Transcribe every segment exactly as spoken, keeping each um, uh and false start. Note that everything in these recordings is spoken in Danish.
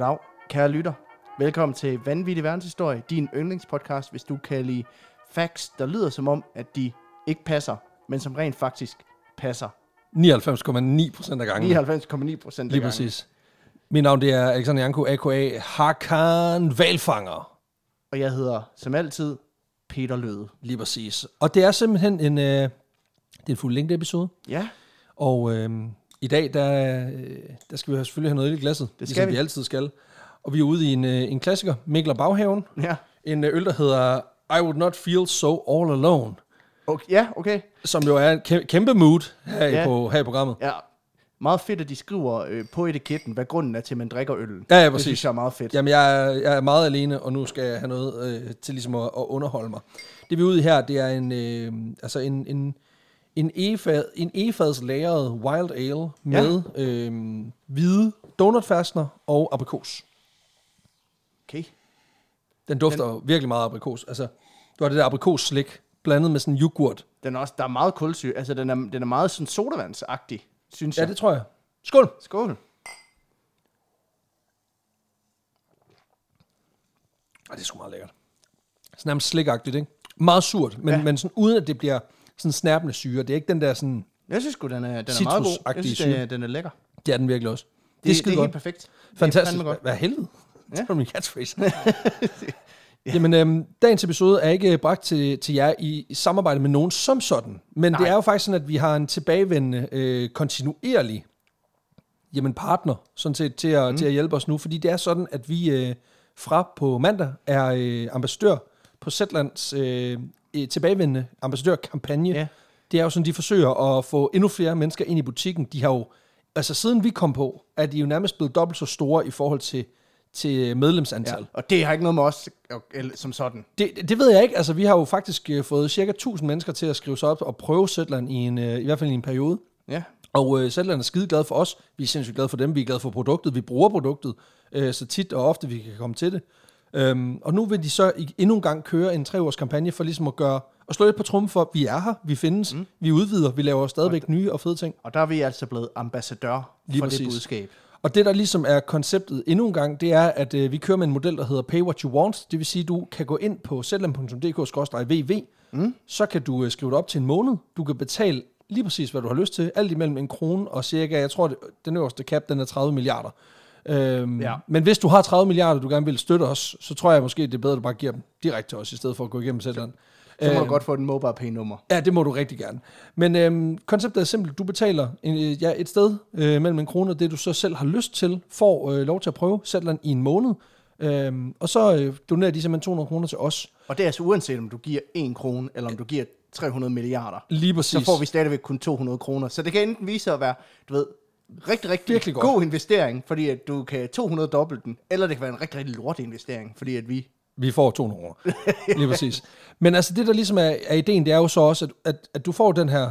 Goddag, kære lytter. Velkommen til Vanvittig Verdenshistorie, din yndlingspodcast, hvis du kan lide facts, der lyder som om, at de ikke passer, men som rent faktisk passer. nioghalvfems komma ni procent af gangen. nioghalvfems komma ni procent af Lige gangen. præcis. Mit navn det er Alexander Janko, a k a. Hakan Hvalfanger. Og jeg hedder, som altid, Peter Løde. Lige præcis. Og det er simpelthen en, øh, det er en fuld længde episode. Ja. Og øh, i dag, der, der skal vi selvfølgelig have noget i glasset. Det skal ligesom vi. vi altid skal. Og vi er ude i en, øh, en klassiker, Mikkel og Baghaven. Ja. En øh, øl, der hedder I Would Not Feel So All Alone. Okay. Ja, okay. Som jo er en kæmpe, kæmpe mood her, Ja. i, på, her i programmet. Ja. Meget fedt, at de skriver øh, på etiketten, hvad grunden er til, at man drikker øllen. Ja, ja, det præcis. synes jeg er meget fedt. Jamen, jeg er, jeg er meget alene, og nu skal jeg have noget øh, til ligesom at, at underholde mig. Det vi er ude i her, det er en, øh, altså en, en, en, efad, en efadslagret wild ale med ja. øh, hvide donutfastner og aprikos. Okay. Den dufter Den, virkelig meget af aprikos. Altså, du har det der aprikos-slik blandet med sådan yoghurt. Den er også, der er meget kulsyre. Altså, den er, den er meget sådan sodavandsagtig, synes Ja, jeg. det tror jeg. Skål! Skål. Og det er sgu meget lækkert. Sådan nærmest slikagtigt, ikke? Meget surt, men, ja. men sådan, uden at det bliver sådan snærpende syre. Det er ikke den der sådan... Jeg synes sgu, den er, den er meget god. Jeg synes, den er, den er lækker. Det er den virkelig også. Det, det, er, det er helt perfekt. Fantastisk. Hvad, hvad helvede? Ja. Det er min catchphrase. ja. Jamen, øhm, dagens episode er ikke bragt til, til jer i, i samarbejde med nogen som sådan. Men Nej. det er jo faktisk sådan, at vi har en tilbagevendende, øh, kontinuerlig jamen, partner sådan set, til, at, mm. til at hjælpe os nu. Fordi det er sådan, at vi øh, fra på mandag er øh, ambassadør på Zetlands øh, tilbagevendende ambassadørkampagne. Ja. Det er jo sådan, de forsøger at få endnu flere mennesker ind i butikken. De har jo, altså siden vi kom på, er de jo nærmest blevet dobbelt så store i forhold til, til medlemsantal. Ja, og det har ikke noget med os som sådan. Det, det ved jeg ikke. Altså, vi har jo faktisk fået cirka tusind mennesker til at skrive sig op og prøve Zetland i, en, i hvert fald i en periode. Ja. Og uh, Zetland er skide glad for os. Vi er sindssygt glade for dem. Vi er glade for produktet. Vi bruger produktet uh, så tit og ofte, vi kan komme til det. Um, og nu vil de så endnu en gang køre en tre års kampagne for ligesom at gøre og slå lidt på trummen for, at vi er her, vi findes, mm. vi udvider, vi laver stadigvæk og nye og fede ting. Og der er vi altså blevet ambassadør Lige for præcis. Det budskab. Og det, der ligesom er konceptet endnu en gang, det er, at øh, vi kører med en model, der hedder Pay What You Want. Det vil sige, at du kan gå ind på zetland punktum d k skråstreg v v. Mm. Så kan du øh, skrive det op til en måned. Du kan betale lige præcis, hvad du har lyst til. Alt imellem en krone og cirka, jeg tror, det, den øverste cap, den er tredive milliarder. Øhm, ja. Men hvis du har tredive milliarder, du gerne vil støtte os, så tror jeg måske, det er bedre, at du bare giver dem direkte til os, i stedet for at gå igennem Zetland. Så må øhm, du godt få den mobile pay nummer. Ja, det må du rigtig gerne. Men øhm, konceptet er simpelt. Du betaler en, ja, et sted øh, mellem en krone og det, du så selv har lyst til, får øh, lov til at prøve Zetland i en måned. Øhm, og så øh, donerer de simpelthen to hundrede kroner til os. Og det er altså uanset, om du giver en krone, eller om du giver tre hundrede milliarder. Lige præcis. Så får vi stadigvæk kun to hundrede kroner. Så det kan enten vise sig at være, du ved, rigtig, rigtig Virkelig god godt. investering, fordi at du kan to hundrede dobbelt den, eller det kan være en rigtig, rigtig lort investering, fordi at vi... Vi får to hundrede kroner. Lige præcis. Men altså det, der ligesom er, er ideen, det er jo så også, at, at, at du får den her,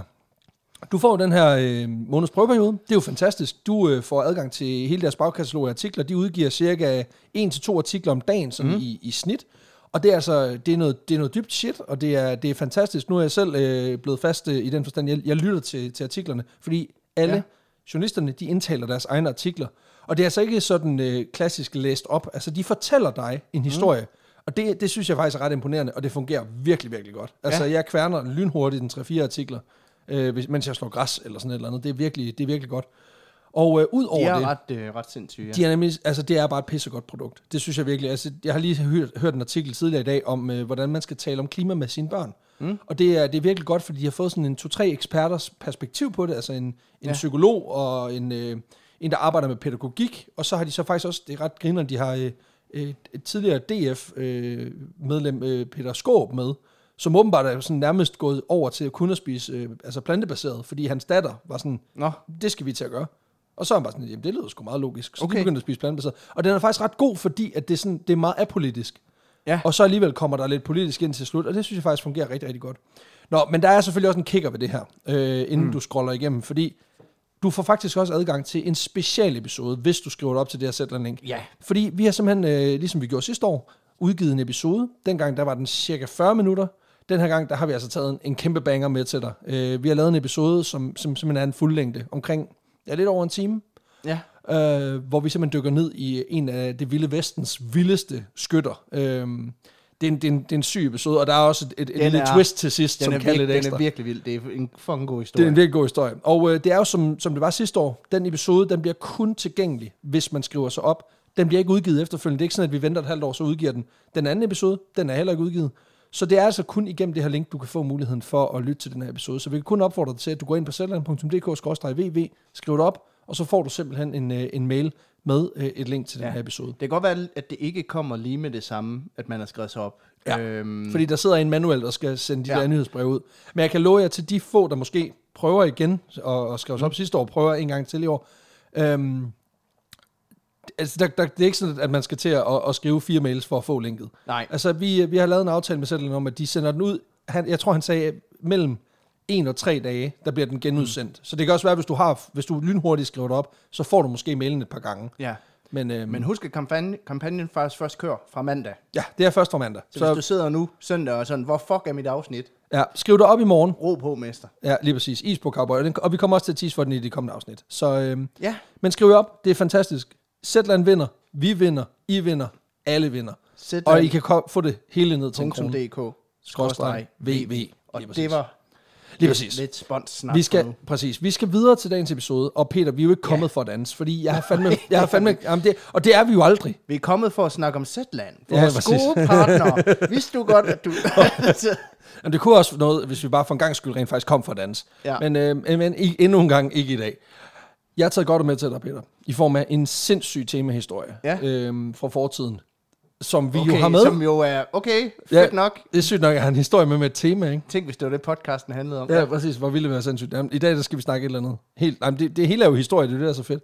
du får den her øh, måneds prøveperiode. Det er jo fantastisk. Du øh, får adgang til hele deres bagkatalog af artikler. De udgiver cirka en til to artikler om dagen, sådan mm. i, i snit. Og det er altså, det er noget, det er noget dybt shit, og det er, det er fantastisk. Nu er jeg selv øh, blevet fast øh, i den forstand. Jeg, jeg lytter til, til artiklerne, fordi alle ja. journalisterne, de indtaler deres egne artikler. Og det er altså ikke sådan øh, klassisk læst op. Altså, de fortæller dig en historie. Mm. Og det, det synes jeg faktisk er ret imponerende, og det fungerer virkelig, virkelig godt. Altså, ja. jeg kværner lynhurtigt den tre fire artikler, øh, mens jeg slår græs eller sådan et eller andet. Det er virkelig, det er virkelig godt. Og øh, ud over det... det... ret, øh, ret sindssygt, ja. De er nemlig, altså, det er bare et pissegodt produkt. Det synes jeg virkelig. Altså, jeg har lige hørt, hørt en artikel tidligere i dag om, øh, hvordan man skal tale om klima med sine børn. Mm. Og det er, det er virkelig godt, fordi de har fået sådan en to-tre eksperters perspektiv på det. Altså en, en ja. psykolog og en, øh, en, der arbejder med pædagogik. Og så har de så faktisk også, det er ret griner, de har... Øh, Et, et tidligere D F-medlem, øh, øh, Peter Skåb, med, som åbenbart er sådan nærmest gået over til at kunne spise øh, altså plantebaseret, fordi hans datter var sådan, Nå. det skal vi til at gøre. Og så er han bare sådan, jamen det lyder sgu meget logisk. Så okay. de begyndte at spise plantebaseret. Og den er faktisk ret god, fordi at det, er sådan, det er meget apolitisk. Ja. Og så alligevel kommer der lidt politisk ind til slut, og det synes jeg faktisk fungerer rigtig, rigtig godt. Nå, men der er selvfølgelig også en kicker ved det her, øh, inden mm. du scroller igennem, fordi du får faktisk også adgang til en special episode, hvis du skriver det op til det her Zetland-link. Ja. Fordi vi har simpelthen, øh, ligesom vi gjorde sidste år, udgivet en episode. Dengang der var den cirka fyrre minutter. Den her gang, der har vi altså taget en, en kæmpe banger med til dig. Øh, vi har lavet en episode, som, som simpelthen er en fuldlængde, omkring ja, lidt over en time. Ja. øh, hvor vi simpelthen dykker ned i en af det vilde vestens vildeste skytter. Øh, det, er en, det, er en, det er en syg episode, og der er også et, et lille er, twist til sidst, som kan lidt ekstra. Den er virkelig vild. Det er en fucking god historie. Det er en virkelig god historie. Og øh, det er jo, som, som det var sidste år, den episode, den bliver kun tilgængelig, hvis man skriver sig op. Den bliver ikke udgivet efterfølgende. Det er ikke sådan, at vi venter et halvt år, så udgiver den. Den anden episode, den er heller ikke udgivet. Så det er altså kun igennem det her link, du kan få muligheden for at lytte til den her episode. Så vi kan kun opfordre dig til, at du går ind på zetland punktum d k skråstreg v v, skriver det op, og så får du simpelthen en, en mail med et link til ja. den her episode. Det kan godt være, at det ikke kommer lige med det samme, at man har skrevet sig op. Ja, øhm. fordi der sidder en manuel, der skal sende de ja. der nyhedsbreve ud. Men jeg kan love jer til de få, der måske prøver igen, og, og skrev sig op mm. sidste år, prøver en gang til i år. Øhm, altså, der, der, det er ikke sådan, at man skal til at, at skrive fire mails for at få linket. Nej. Altså, vi, vi har lavet en aftale med Zetland om, at de sender den ud. Han, jeg tror, han sagde mellem en og tre dage, der bliver den genudsendt. Mm. Så det kan også være, hvis du har, hvis du lynhurtigt skriver det op, så får du måske mailen et par gange. Ja. Men, øhm, Men husk, at kampagnen, kampagnen faktisk først kører fra mandag. Ja, det er først fra mandag. Så, så hvis du sidder nu søndag og sådan, hvor fuck er mit afsnit? Ja, skriv det op i morgen. Ro på, mester. Ja, lige præcis. Is på cowboy. Og vi kommer også til at tease for den i de kommende afsnit. Så, øhm, ja. Men skriv op, det er fantastisk. Zetland vinder, vi vinder, I vinder, alle vinder. Zetland. Og I kan ko- få det hele ned til en krone. .dk skråstreg v v. Og det var lige præcis. Lidt spons-snak. Vi skal, præcis. Vi skal videre til dagens episode, og Peter, vi er jo ikke kommet ja. for at danse, fordi jeg har fandme, jeg har fandme jamen det, og det er vi jo aldrig. Vi er kommet for at snakke om Zetland. Vores ja, gode partner. Vidste du godt, at du... Jamen, det kunne også noget, hvis vi bare for en gang skyld rent faktisk kom for at danse. Ja. Men, øh, men endnu en gang ikke i dag. Jeg har taget godt med til dig, Peter, i form af en sindssyg temahistorie ja. øh, fra fortiden. Som vi okay, jo har med. Som jo er, okay, fedt ja, nok. Det er sygt nok, at jeg har en historie med med et tema, ikke? Tænk, hvis det var det, podcasten handlede om. Ja, præcis. Hvor ville det være sindssygt. Jamen, i dag der skal vi snakke et eller andet. Helt, jamen, det, det hele er jo historie, det er det, der er så fedt.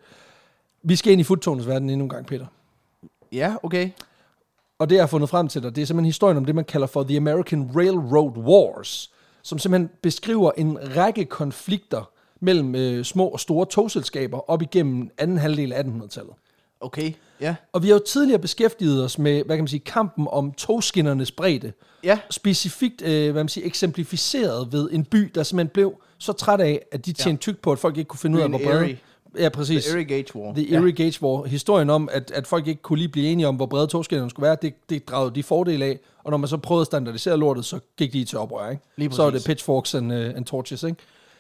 Vi skal ind i futtårnets verden endnu en gang, Peter. Ja, okay. Og det, jeg har fundet frem til dig, det er simpelthen historien om det, man kalder for The American Railroad Wars, som simpelthen beskriver en række konflikter mellem øh, små og store togselskaber op igennem anden halvdel af attenhundredetallet. Okay, ja. Og vi har jo tidligere beskæftiget os med, hvad kan man sige, kampen om togskinnernes bredde. Ja. Specifikt, øh, hvad man siger, eksemplificeret ved en by, der simpelthen blev så træt af, at de tjente tyk på, at folk ikke kunne finde ud af, hvor brede... Ja, præcis. The Erie Gauge War. The Erie ja. Gauge War. Historien om, at, at folk ikke kunne lige blive enige om, hvor brede togskinnerne skulle være, det, det dragede de fordele af. Og når man så prøvede at standardisere lortet, så gik de til oprør, ikke? Lige præcis. Så er det pitchforks and, uh, and torches, ikke?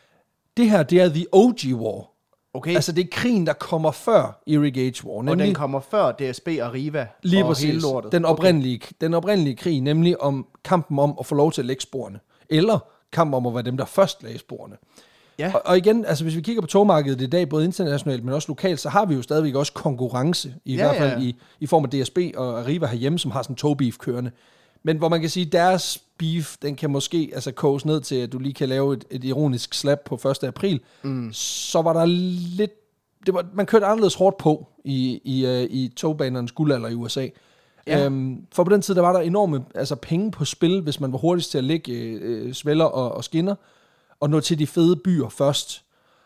Det her, det er The O G War. Okay. Altså, det er krigen, der kommer før Erie Gauge War. Nemlig, og den kommer før D S B og Arriva lige og præcis. hele lortet. Den oprindelige, okay. den oprindelige krig, nemlig om kampen om at få lov til at lægge sporene. Eller kampen om at være dem, der først lagde sporene. Ja. Og, og igen, altså hvis vi kigger på togmarkedet i dag, både internationalt, men også lokalt, så har vi jo stadigvæk også konkurrence, i ja, hvert fald ja. i, i form af D S B og Arriva herhjemme, som har sådan en togbeef kørende. Men hvor man kan sige, deres beef, den kan måske altså koges ned til, at du lige kan lave et, et ironisk slap på første april. Mm. Så var der lidt... Det var, man kørte anderledes hårdt på i, i, uh, i togbanernes guldalder i U S A. Ja. Øhm, for på den tid, der var der enorme altså, penge på spil, hvis man var hurtigst til at lægge øh, svælder og, og skinner, og nå til de fede byer først.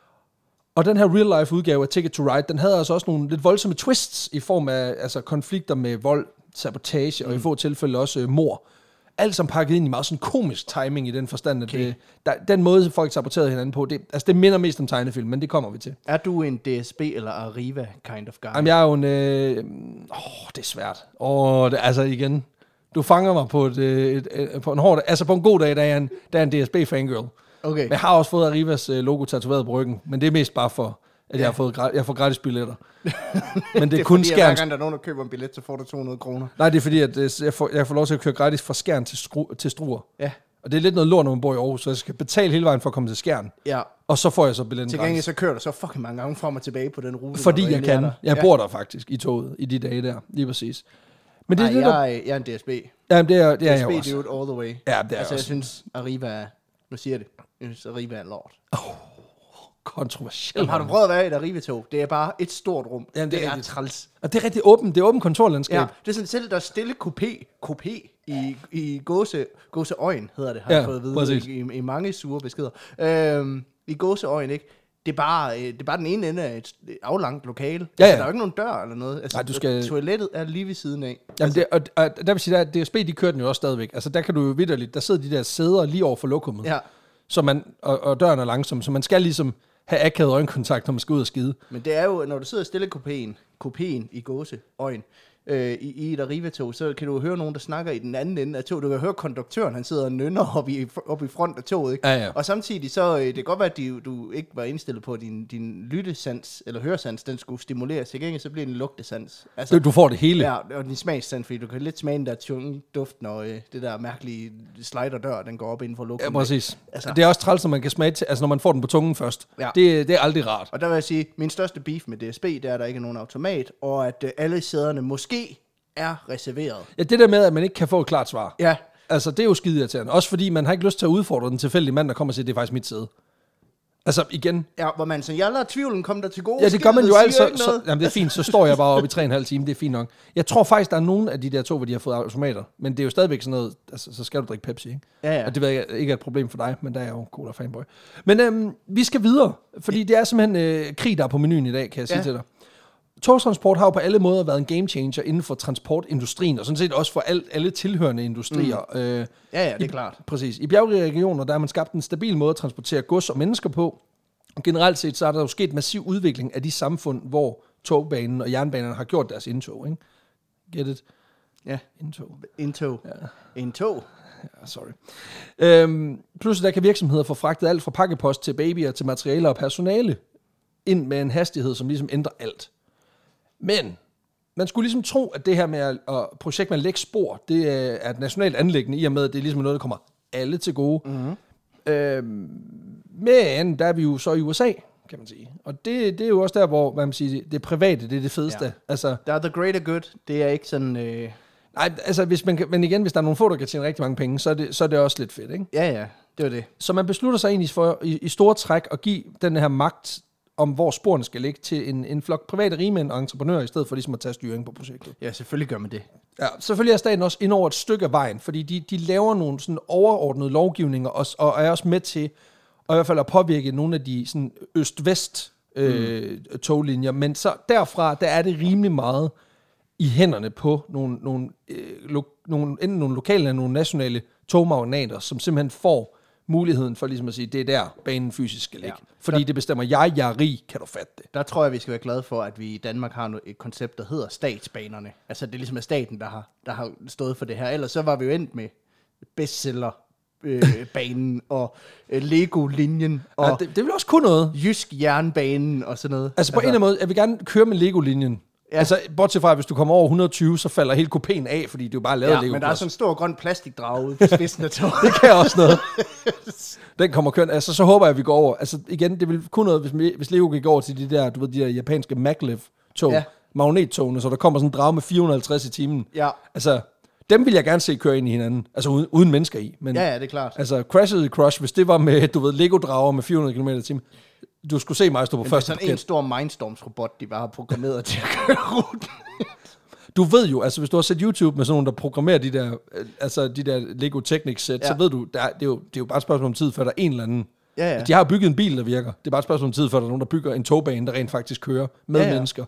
Og den her real-life udgave af Ticket to Ride, den havde altså også nogle lidt voldsomme twists i form af altså, konflikter med vold, sabotage, mm. og i få tilfælde også øh, mord. Alt som pakket ind i meget sådan komisk timing i den forstand, at okay. det, der, den måde, folk saboterede hinanden på, det, altså det minder mest om tegnefilm, men det kommer vi til. Er du en D S B eller Arriva kind of guy? Jamen, jeg er jo en... Øh, åh, det er svært. Åh, det, altså igen, du fanger mig på, et, et, et, på en hård... Altså på en god dag, der er en, der er en D S B-fangirl. Okay. Men jeg har også fået Arrivas logo tatoveret på ryggen, men det er mest bare for... at ja. jeg, har fået, jeg får gratis billetter. Men det er, det er kun fordi, Skjern. Hver gang der er nogen, der køber en billet, så får du to hundrede kroner. Nej, det er fordi, at jeg får, jeg får lov til at køre gratis fra Skjern til, Skru, til Struer. Ja. Og det er lidt noget lort, når man bor i Aarhus, så jeg skal betale hele vejen for at komme til Skjern. Ja. Og så får jeg så billetten gratis. Til gengæld så kører du så fucking mange gange frem og tilbage på den rute. Fordi jeg kan. Der. Jeg ja. bor der faktisk i toget i de dage der, lige præcis. Men det, Ej, det, der... jeg, jeg er en D S B. Ja, det er, det er D S B, jeg også. D S B dude all the way. Ja, det er altså, også. jeg synes, Arriva er... Nu siger jeg det. Jeg synes, Arriva er lort. Oh. Kontroversielt. Jamen, har du prøvet at være i et Arriva-tog? Det er bare et stort rum. Jamen, det, det er, er træls. Og det er rigtig åbent. Det er åbent kontorlandskab. Ja, det er sådan selv der er stille coupé, coupé i, i gåse, gåseøjen, hedder det, har ja, jeg fået at vide i, i, i mange sure beskeder. Øhm, I gåseøjen, ikke? Det er, bare, det er bare den ene ende af et aflangt lokale. Ja, ja. Altså, der er jo ikke nogen dør eller noget. Altså, Nej, du skal... Toilettet er lige ved siden af. Jamen, altså... det, og, og der vil sige, at D S B, de kører den jo også stadigvæk. Altså, der kan du jo vitterligt, der sidder de der sæder lige over for lokummet. Ja. Så man, og, og døren er langsom, så man skal ligesom have akavet øjenkontakt, når man skal ud og skide. Men det er jo, når du sidder stille i kopien, kopien i gåseøjen, øh, i, i et Arriva-tog, så kan du høre nogen, der snakker i den anden ende af toget. Du kan høre konduktøren, han sidder og nynner op i, op i front af toget, ikke? Ja, ja. Og samtidig så, øh, det kan godt være, at de, du ikke var indstillet på, at din, din lyttesans, eller høresans, den skulle stimuleres. Til gengæld så bliver den lugtesans. Altså, Du, du får det hele. ja, og din smagssans, fordi du kan lidt smage den der tunge duft, når øh, det der mærkelige sliderdør, den går op inden for lugten. Ja, præcis. Altså. Det er også træls, når man kan smage til, altså når man får den på tungen først. Ja. Det, det er aldrig rart. Og der vil jeg sige, min største beef med D S B, det er, at der ikke er nogen automat, og at øh, alle sæderne måske er reserveret. Ja, det der med, at man ikke kan få et klart svar. Ja. Altså, det er jo skide irriterende. Også fordi man har ikke lyst til at udfordre den tilfældige mand, der kommer og siger, det er faktisk mit sæde. Altså, igen. Ja, hvor man sådan, jeg lader tvivlen komme der til gode. Ja, det gør man jo altid. Så, så, jamen, det er fint, så står jeg bare oppe i tre og en halv time, det er fint nok. Jeg tror faktisk, der er nogen af de der tog, hvor de har fået automater, men det er jo stadigvæk sådan noget, altså, så skal du drikke Pepsi, ikke? Ja, ja. Og det ved jeg ikke er et problem for dig, men der er jo cola fanboy. Men øhm, vi skal videre, fordi det er simpelthen øh, krig, der er på menuen i dag, kan jeg sige ja. til dig. Togtransport har jo på alle måder været en game changer inden for transportindustrien, og sådan set også for al, alle tilhørende industrier. Mm. Øh, ja, ja, det er i, klart. Præcis. I bjergrige regioner, der har man skabt en stabil måde at transportere gods og mennesker på. Og generelt set, så er der jo sket massiv udvikling af de samfund, hvor togbanen og jernbanerne har gjort deres indtog, ikke? Get it? Ja. Indtog. Indtog. Ja. Indtog. Ja, sorry. Øhm, pludselig der kan virksomheder få fragtet alt fra pakkepost til babyer til materialer og personale ind med en hastighed, som ligesom ændrer alt. Men man skulle ligesom tro, at det her med at, at projekt med at lægge spor, det er et nationalt anliggende, i og med, at det er ligesom noget, der kommer alle til gode. Mm-hmm. Øhm, men der er vi jo så i U S A, kan man sige. Og det, det er jo også der, hvor man siger, det private, det er det fedeste. Ja. Altså, der er the greater good, det er ikke sådan... Øh... Nej, altså, hvis man kan, men igen, hvis der er nogle få, der kan tjene rigtig mange penge, så er det, så er det også lidt fedt, ikke? Ja, ja, det var det. Så man beslutter sig egentlig for, i, i store træk, at give den her magt om, hvor sporene skal ligge, til en, en flok private rigmænd og entreprenører, i stedet for ligesom at tage styring på projektet. Ja, selvfølgelig gør man det. Ja, selvfølgelig er staten også ind over et stykke af vejen, fordi de, de laver nogle sådan overordnede lovgivninger, og, og er også med til, og i hvert fald at påvirke nogle af de sådan øst-vest øh, mm. toglinjer, men så derfra, der er det rimelig meget i hænderne på nogle, nogle, øh, lo, nogle, enten nogle lokale eller nogle nationale togmagnater, som simpelthen får muligheden for ligesom at sige, det er der banen fysisk skal ligge. Ja. Fordi der, det bestemmer jeg, jeg er rig, kan du fatte det. Der tror jeg, vi skal være glade for, at vi i Danmark har et koncept, der hedder statsbanerne. Altså det er ligesom staten, der har, der har stået for det her. Ellers så var vi jo endt med bestseller øh, banen og øh, Lego-linjen og ja, det, det vil også kunne noget. Jysk jernbanen og sådan noget. Altså på altså, en eller anden måde, jeg vil gerne køre med Lego-linjen. Ja. Altså, bortset fra, at hvis du kommer over et hundrede og tyve, så falder hele kopien af, fordi det er jo bare lavet ja, Lego. Men der er sådan en stor grøn plastikdrage ude på spidsen af toget. Det kan også noget. Den kommer kørende. Altså, så håber jeg, at vi går over. Altså, igen, det vil kun noget, hvis, hvis Lego gik over til de der, du ved, de der japanske maglev-tog, ja. magnettogene, så der kommer sådan en drage med fire hundrede og halvtreds i timen. Ja. Altså, dem vil jeg gerne se køre ind i hinanden. Altså, uden, uden mennesker i. Men, ja, ja, det er klart. Altså, Crashes the Crush, hvis det var med, du ved, Lego-drager med fire hundrede kilometer i timen, du skulle se mig stå på første parket. Det er sådan en stor Mindstorms-robot, de bare har programmeret til at køre ruten. Du ved jo, altså hvis du har set YouTube med sådan nogen, der programmerer de der, altså de der Lego Technics sæt, ja. så ved du, der er, det, er jo, det er jo bare et spørgsmål om tid, før der er en eller anden. Ja, ja. De har bygget en bil, der virker. Det er bare et spørgsmål om tid, før der er nogen, der bygger en togbane, der rent faktisk kører med ja, ja. mennesker.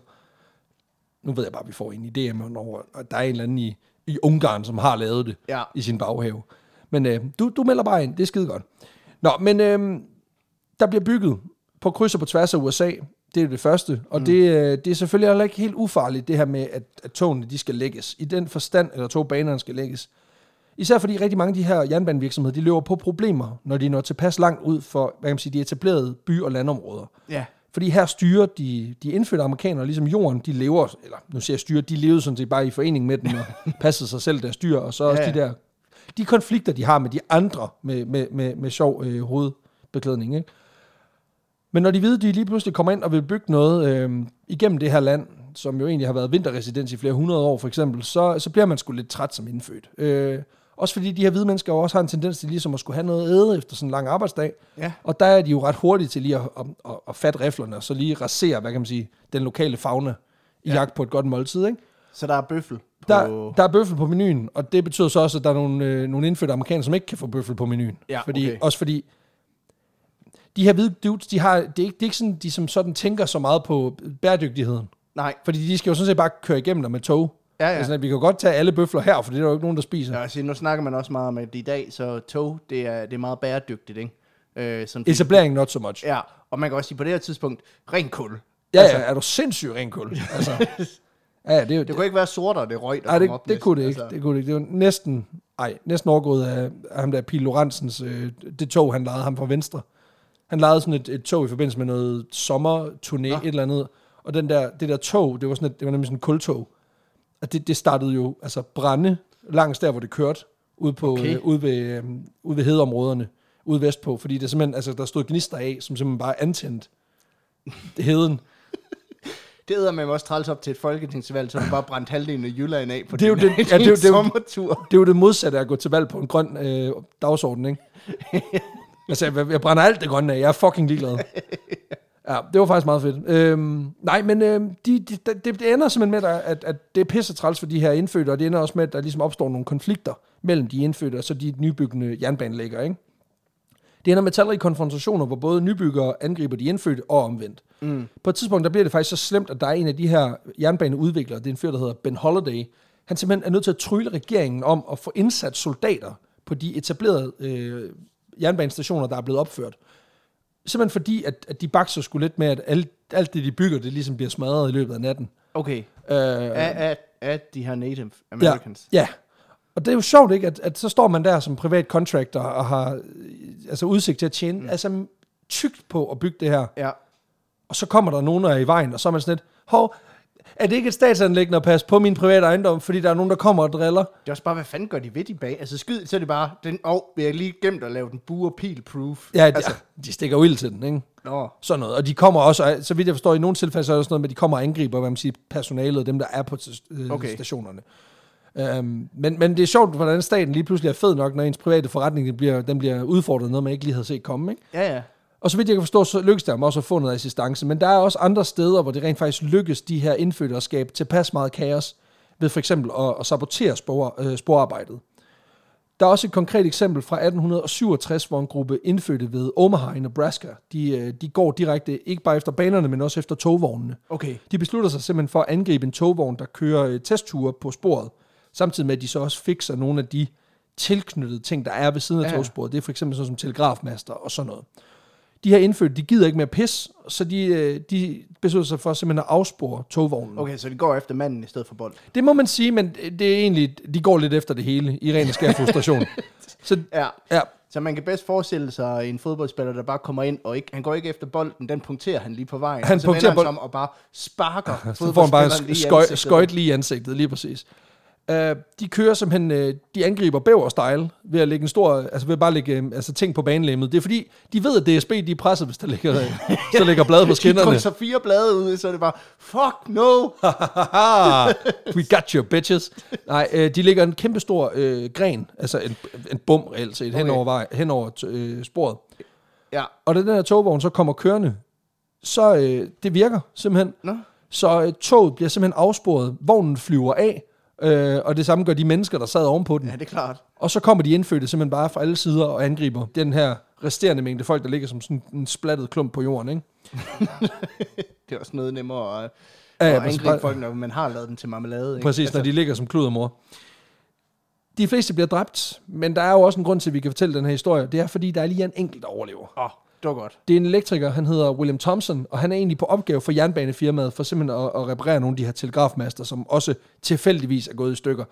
Nu ved jeg bare, at vi får en idé om, at der er en eller anden i, i Ungarn, som har lavet det ja. i sin baghave. Men øh, du, du melder bare ind, det er skide godt. Nå, men øh, der bliver bygget på kryds og på tværs af U S A. Det er det første, og mm. det, det er selvfølgelig heller ikke helt ufarligt, det her med, at, at togene de skal lægges. I den forstand, eller togbanerne skal lægges. Især fordi rigtig mange af de her jernbanevirksomheder, de løber på problemer, når de når tilpas langt ud for, hvad kan man sige, de etablerede by- og landområder. Ja. Fordi her styrer de, de indfødte amerikanere, ligesom jorden, de lever, eller nu siger jeg styrer, de levede sådan set bare i forening med den, og passede sig selv deres styr, og så også ja, ja. de der, de konflikter, de har med de andre, med, med, med, med sjov øh, hovedbeklædning, ikke? Men når de ved, de lige pludselig kommer ind og vil bygge noget øh, igennem det her land, som jo egentlig har været vinterresidens i flere hundrede år for eksempel, så, så bliver man sgu lidt træt som indfødt. Øh, også fordi de her hvide mennesker også har en tendens til ligesom at skulle have noget æde efter sådan en lang arbejdsdag. Ja. Og der er de jo ret hurtige til lige at, at, at, at fatte riflerne, og så lige rasere, hvad kan man sige, den lokale fauna i ja. jagt på et godt måltid, ikke? Så der er bøffel på... Der, der er bøffel på menuen, og det betyder så også, at der er nogle, øh, nogle indfødte amerikanere, som ikke kan få bøffel på menuen. Ja, fordi, okay. Også fordi... De her hvide dudes, de har, det, er ikke, det er ikke sådan, de som sådan tænker så meget på bæredygtigheden. Nej. Fordi de skal jo sådan set bare køre igennem der med tog. Ja, ja. Altså, vi kan jo godt tage alle bøfler her, for det er der jo ikke nogen, der spiser. Ja, altså, nu snakker man også meget om, at i dag, så tog, det er, det er meget bæredygtigt, ikke? Øh, sådan Etableringen not so much. Ja, og man kan også sige, på det her tidspunkt, ren kul. Ja, altså, ja, er du sindssyg ren kul? Altså, ja, det, det, det kunne ikke være sortere, det røg, der nej, kom det, op. det næsten, kunne det ikke. altså. Det kunne det ikke. Det var næsten, ej, næsten overgået af, af ham der, Pil Lorentzens, øh, det tog, han lejede ham fra Venstre. Han lejede sådan et, et tog i forbindelse med noget sommerturné, ja. et eller andet. Og den der, det der tog, det var, sådan et, det var nemlig sådan en kultog. Og det, det startede jo altså brænde langs der, hvor det kørte, ude, på, okay. øh, ude, ved, øh, ude ved hedeområderne, ude vestpå. Fordi det simpelthen, altså, der stod gnister af, som simpelthen bare antændte heden. Det æder man også træls op til et folketingsvalg, så du bare brændt halvdelen af Jylland af på det er jo din, det, ja, det er jo, sommertur. Det er jo det modsatte af at gå til valg på en grøn øh, dagsorden, ikke? Altså, jeg, jeg brænder alt det grønne af. Jeg er fucking ligeglad. Ja, det var faktisk meget fedt. Øhm, nej, men øhm, de, de, det, det ender simpelthen med, at, at det er pisse træls for de her indfødte, og det ender også med, at der ligesom opstår nogle konflikter mellem de indfødte og så de nybyggende jernbanelægger, ikke? Det ender med talrige konfrontationer, hvor både nybyggere angriber de indfødte og omvendt. Mm. På et tidspunkt, der bliver det faktisk så slemt, at der er en af de her jernbaneudviklere, det er en fyr, der hedder Ben Holiday, han simpelthen er nødt til at trylle regeringen om at få indsat soldater på de etablerede øh, jernbanestationer, der er blevet opført. Simpelthen fordi, at, at de bakser sgu lidt med, at alt, alt det, de bygger, det ligesom bliver smadret i løbet af natten. Okay. Øh, af, af, af de her Native Americans. Ja, ja. Og det er jo sjovt, ikke? At, at så står man der som privat contractor og har altså udsigt til at tjene mm. altså tykt på at bygge det her. Ja. Og så kommer der nogen, der er i vejen, og så er man sådan lidt, hov, er det ikke et statsanliggende at passe på min private ejendom, fordi der er nogen, der kommer og driller? Det er også bare, hvad fanden gør de ved de bag? Altså skyd, så er det bare, den, åh, oh, vi har lige gemt at lave den bue og pil-proof. Ja, de, altså. de stikker jo ild til den, ikke? Nå. Sådan noget. Og de kommer også, så vidt jeg forstår, i nogle tilfælde, så er det sådan noget med, at de kommer og angriber, hvad man siger, personalet og dem, der er på øh, okay. stationerne. Um, men, men det er sjovt, hvordan staten lige pludselig er fed nok, når ens private forretning den bliver, den bliver udfordret, noget man ikke lige havde set komme, ikke? Ja, ja. Og så vidt jeg kan forstå, så lykkes det også at få noget assistance, men der er også andre steder, hvor det rent faktisk lykkes de her indfødte at skabe tilpas meget kaos, ved for eksempel at, at sabotere spor, øh, sporarbejdet. Der er også et konkret eksempel fra atten syvogtres, hvor en gruppe indfødte ved Omaha i Nebraska, de, de går direkte, ikke bare efter banerne, men også efter togvognene. Okay. De beslutter sig simpelthen for at angribe en togvogn, der kører testture på sporet, samtidig med, at de så også fikser nogle af de tilknyttede ting, der er ved siden af ja. togsporet. Det er for eksempel sådan som telegrafmaster og sådan noget. De her indfødte, de gider ikke mere pis, så de, de beslutter sig for simpelthen at afspore togvognen. Okay, så de går efter manden i stedet for bold. Det må man sige, men det er egentlig, de går lidt efter det hele, i ren og skær frustration. Så, ja. ja. Så man kan bedst forestille sig en fodboldspiller, der bare kommer ind, og ikke, han går ikke efter bolden, den punkterer han lige på vejen. Han så punkterer han bolden og bare sparker så får han bare skøj, skøjt lige i ansigtet, lige præcis. Uh, de kører simpelthen, uh, de angriber bæver-style ved at lægge en stor, altså ved at bare lægge um, altså ting på banelemmet. Det er fordi, de ved, at D S B de er presset, hvis der ligger, så ligger blade på skinnerne. De så fire blade ud, så er det bare, fuck no! We got you, bitches. Nej, uh, de lægger en kæmpe stor uh, gren, altså en, en bum reelt set, okay. hen over, vej, hen over uh, sporet. Ja. Og da den her togvogn så kommer kørende, så uh, det virker simpelthen. Nå. Så uh, toget bliver simpelthen afsporet, vognen flyver af, Øh, og det samme gør de mennesker, der sad ovenpå den. Ja, det er klart. Og så kommer de indfødte simpelthen bare fra alle sider og angriber den her resterende mængde folk, der ligger som sådan en splattet klump på jorden, ikke? Det er også noget nemmere at, ja, ja, at angribe bare, folk, når man har lavet den til marmelade, ikke? Præcis, altså. Når de ligger som kludermor. De fleste bliver dræbt, men der er jo også en grund til, at vi kan fortælle den her historie. Det er, fordi der er lige en enkelt, der overlever. Åh, oh, det var godt. Det er en elektriker, han hedder William Thompson, og han er egentlig på opgave for jernbanefirmaet, for simpelthen at, at reparere nogle af de her telegrafmaster, som også tilfældigvis er gået i stykker.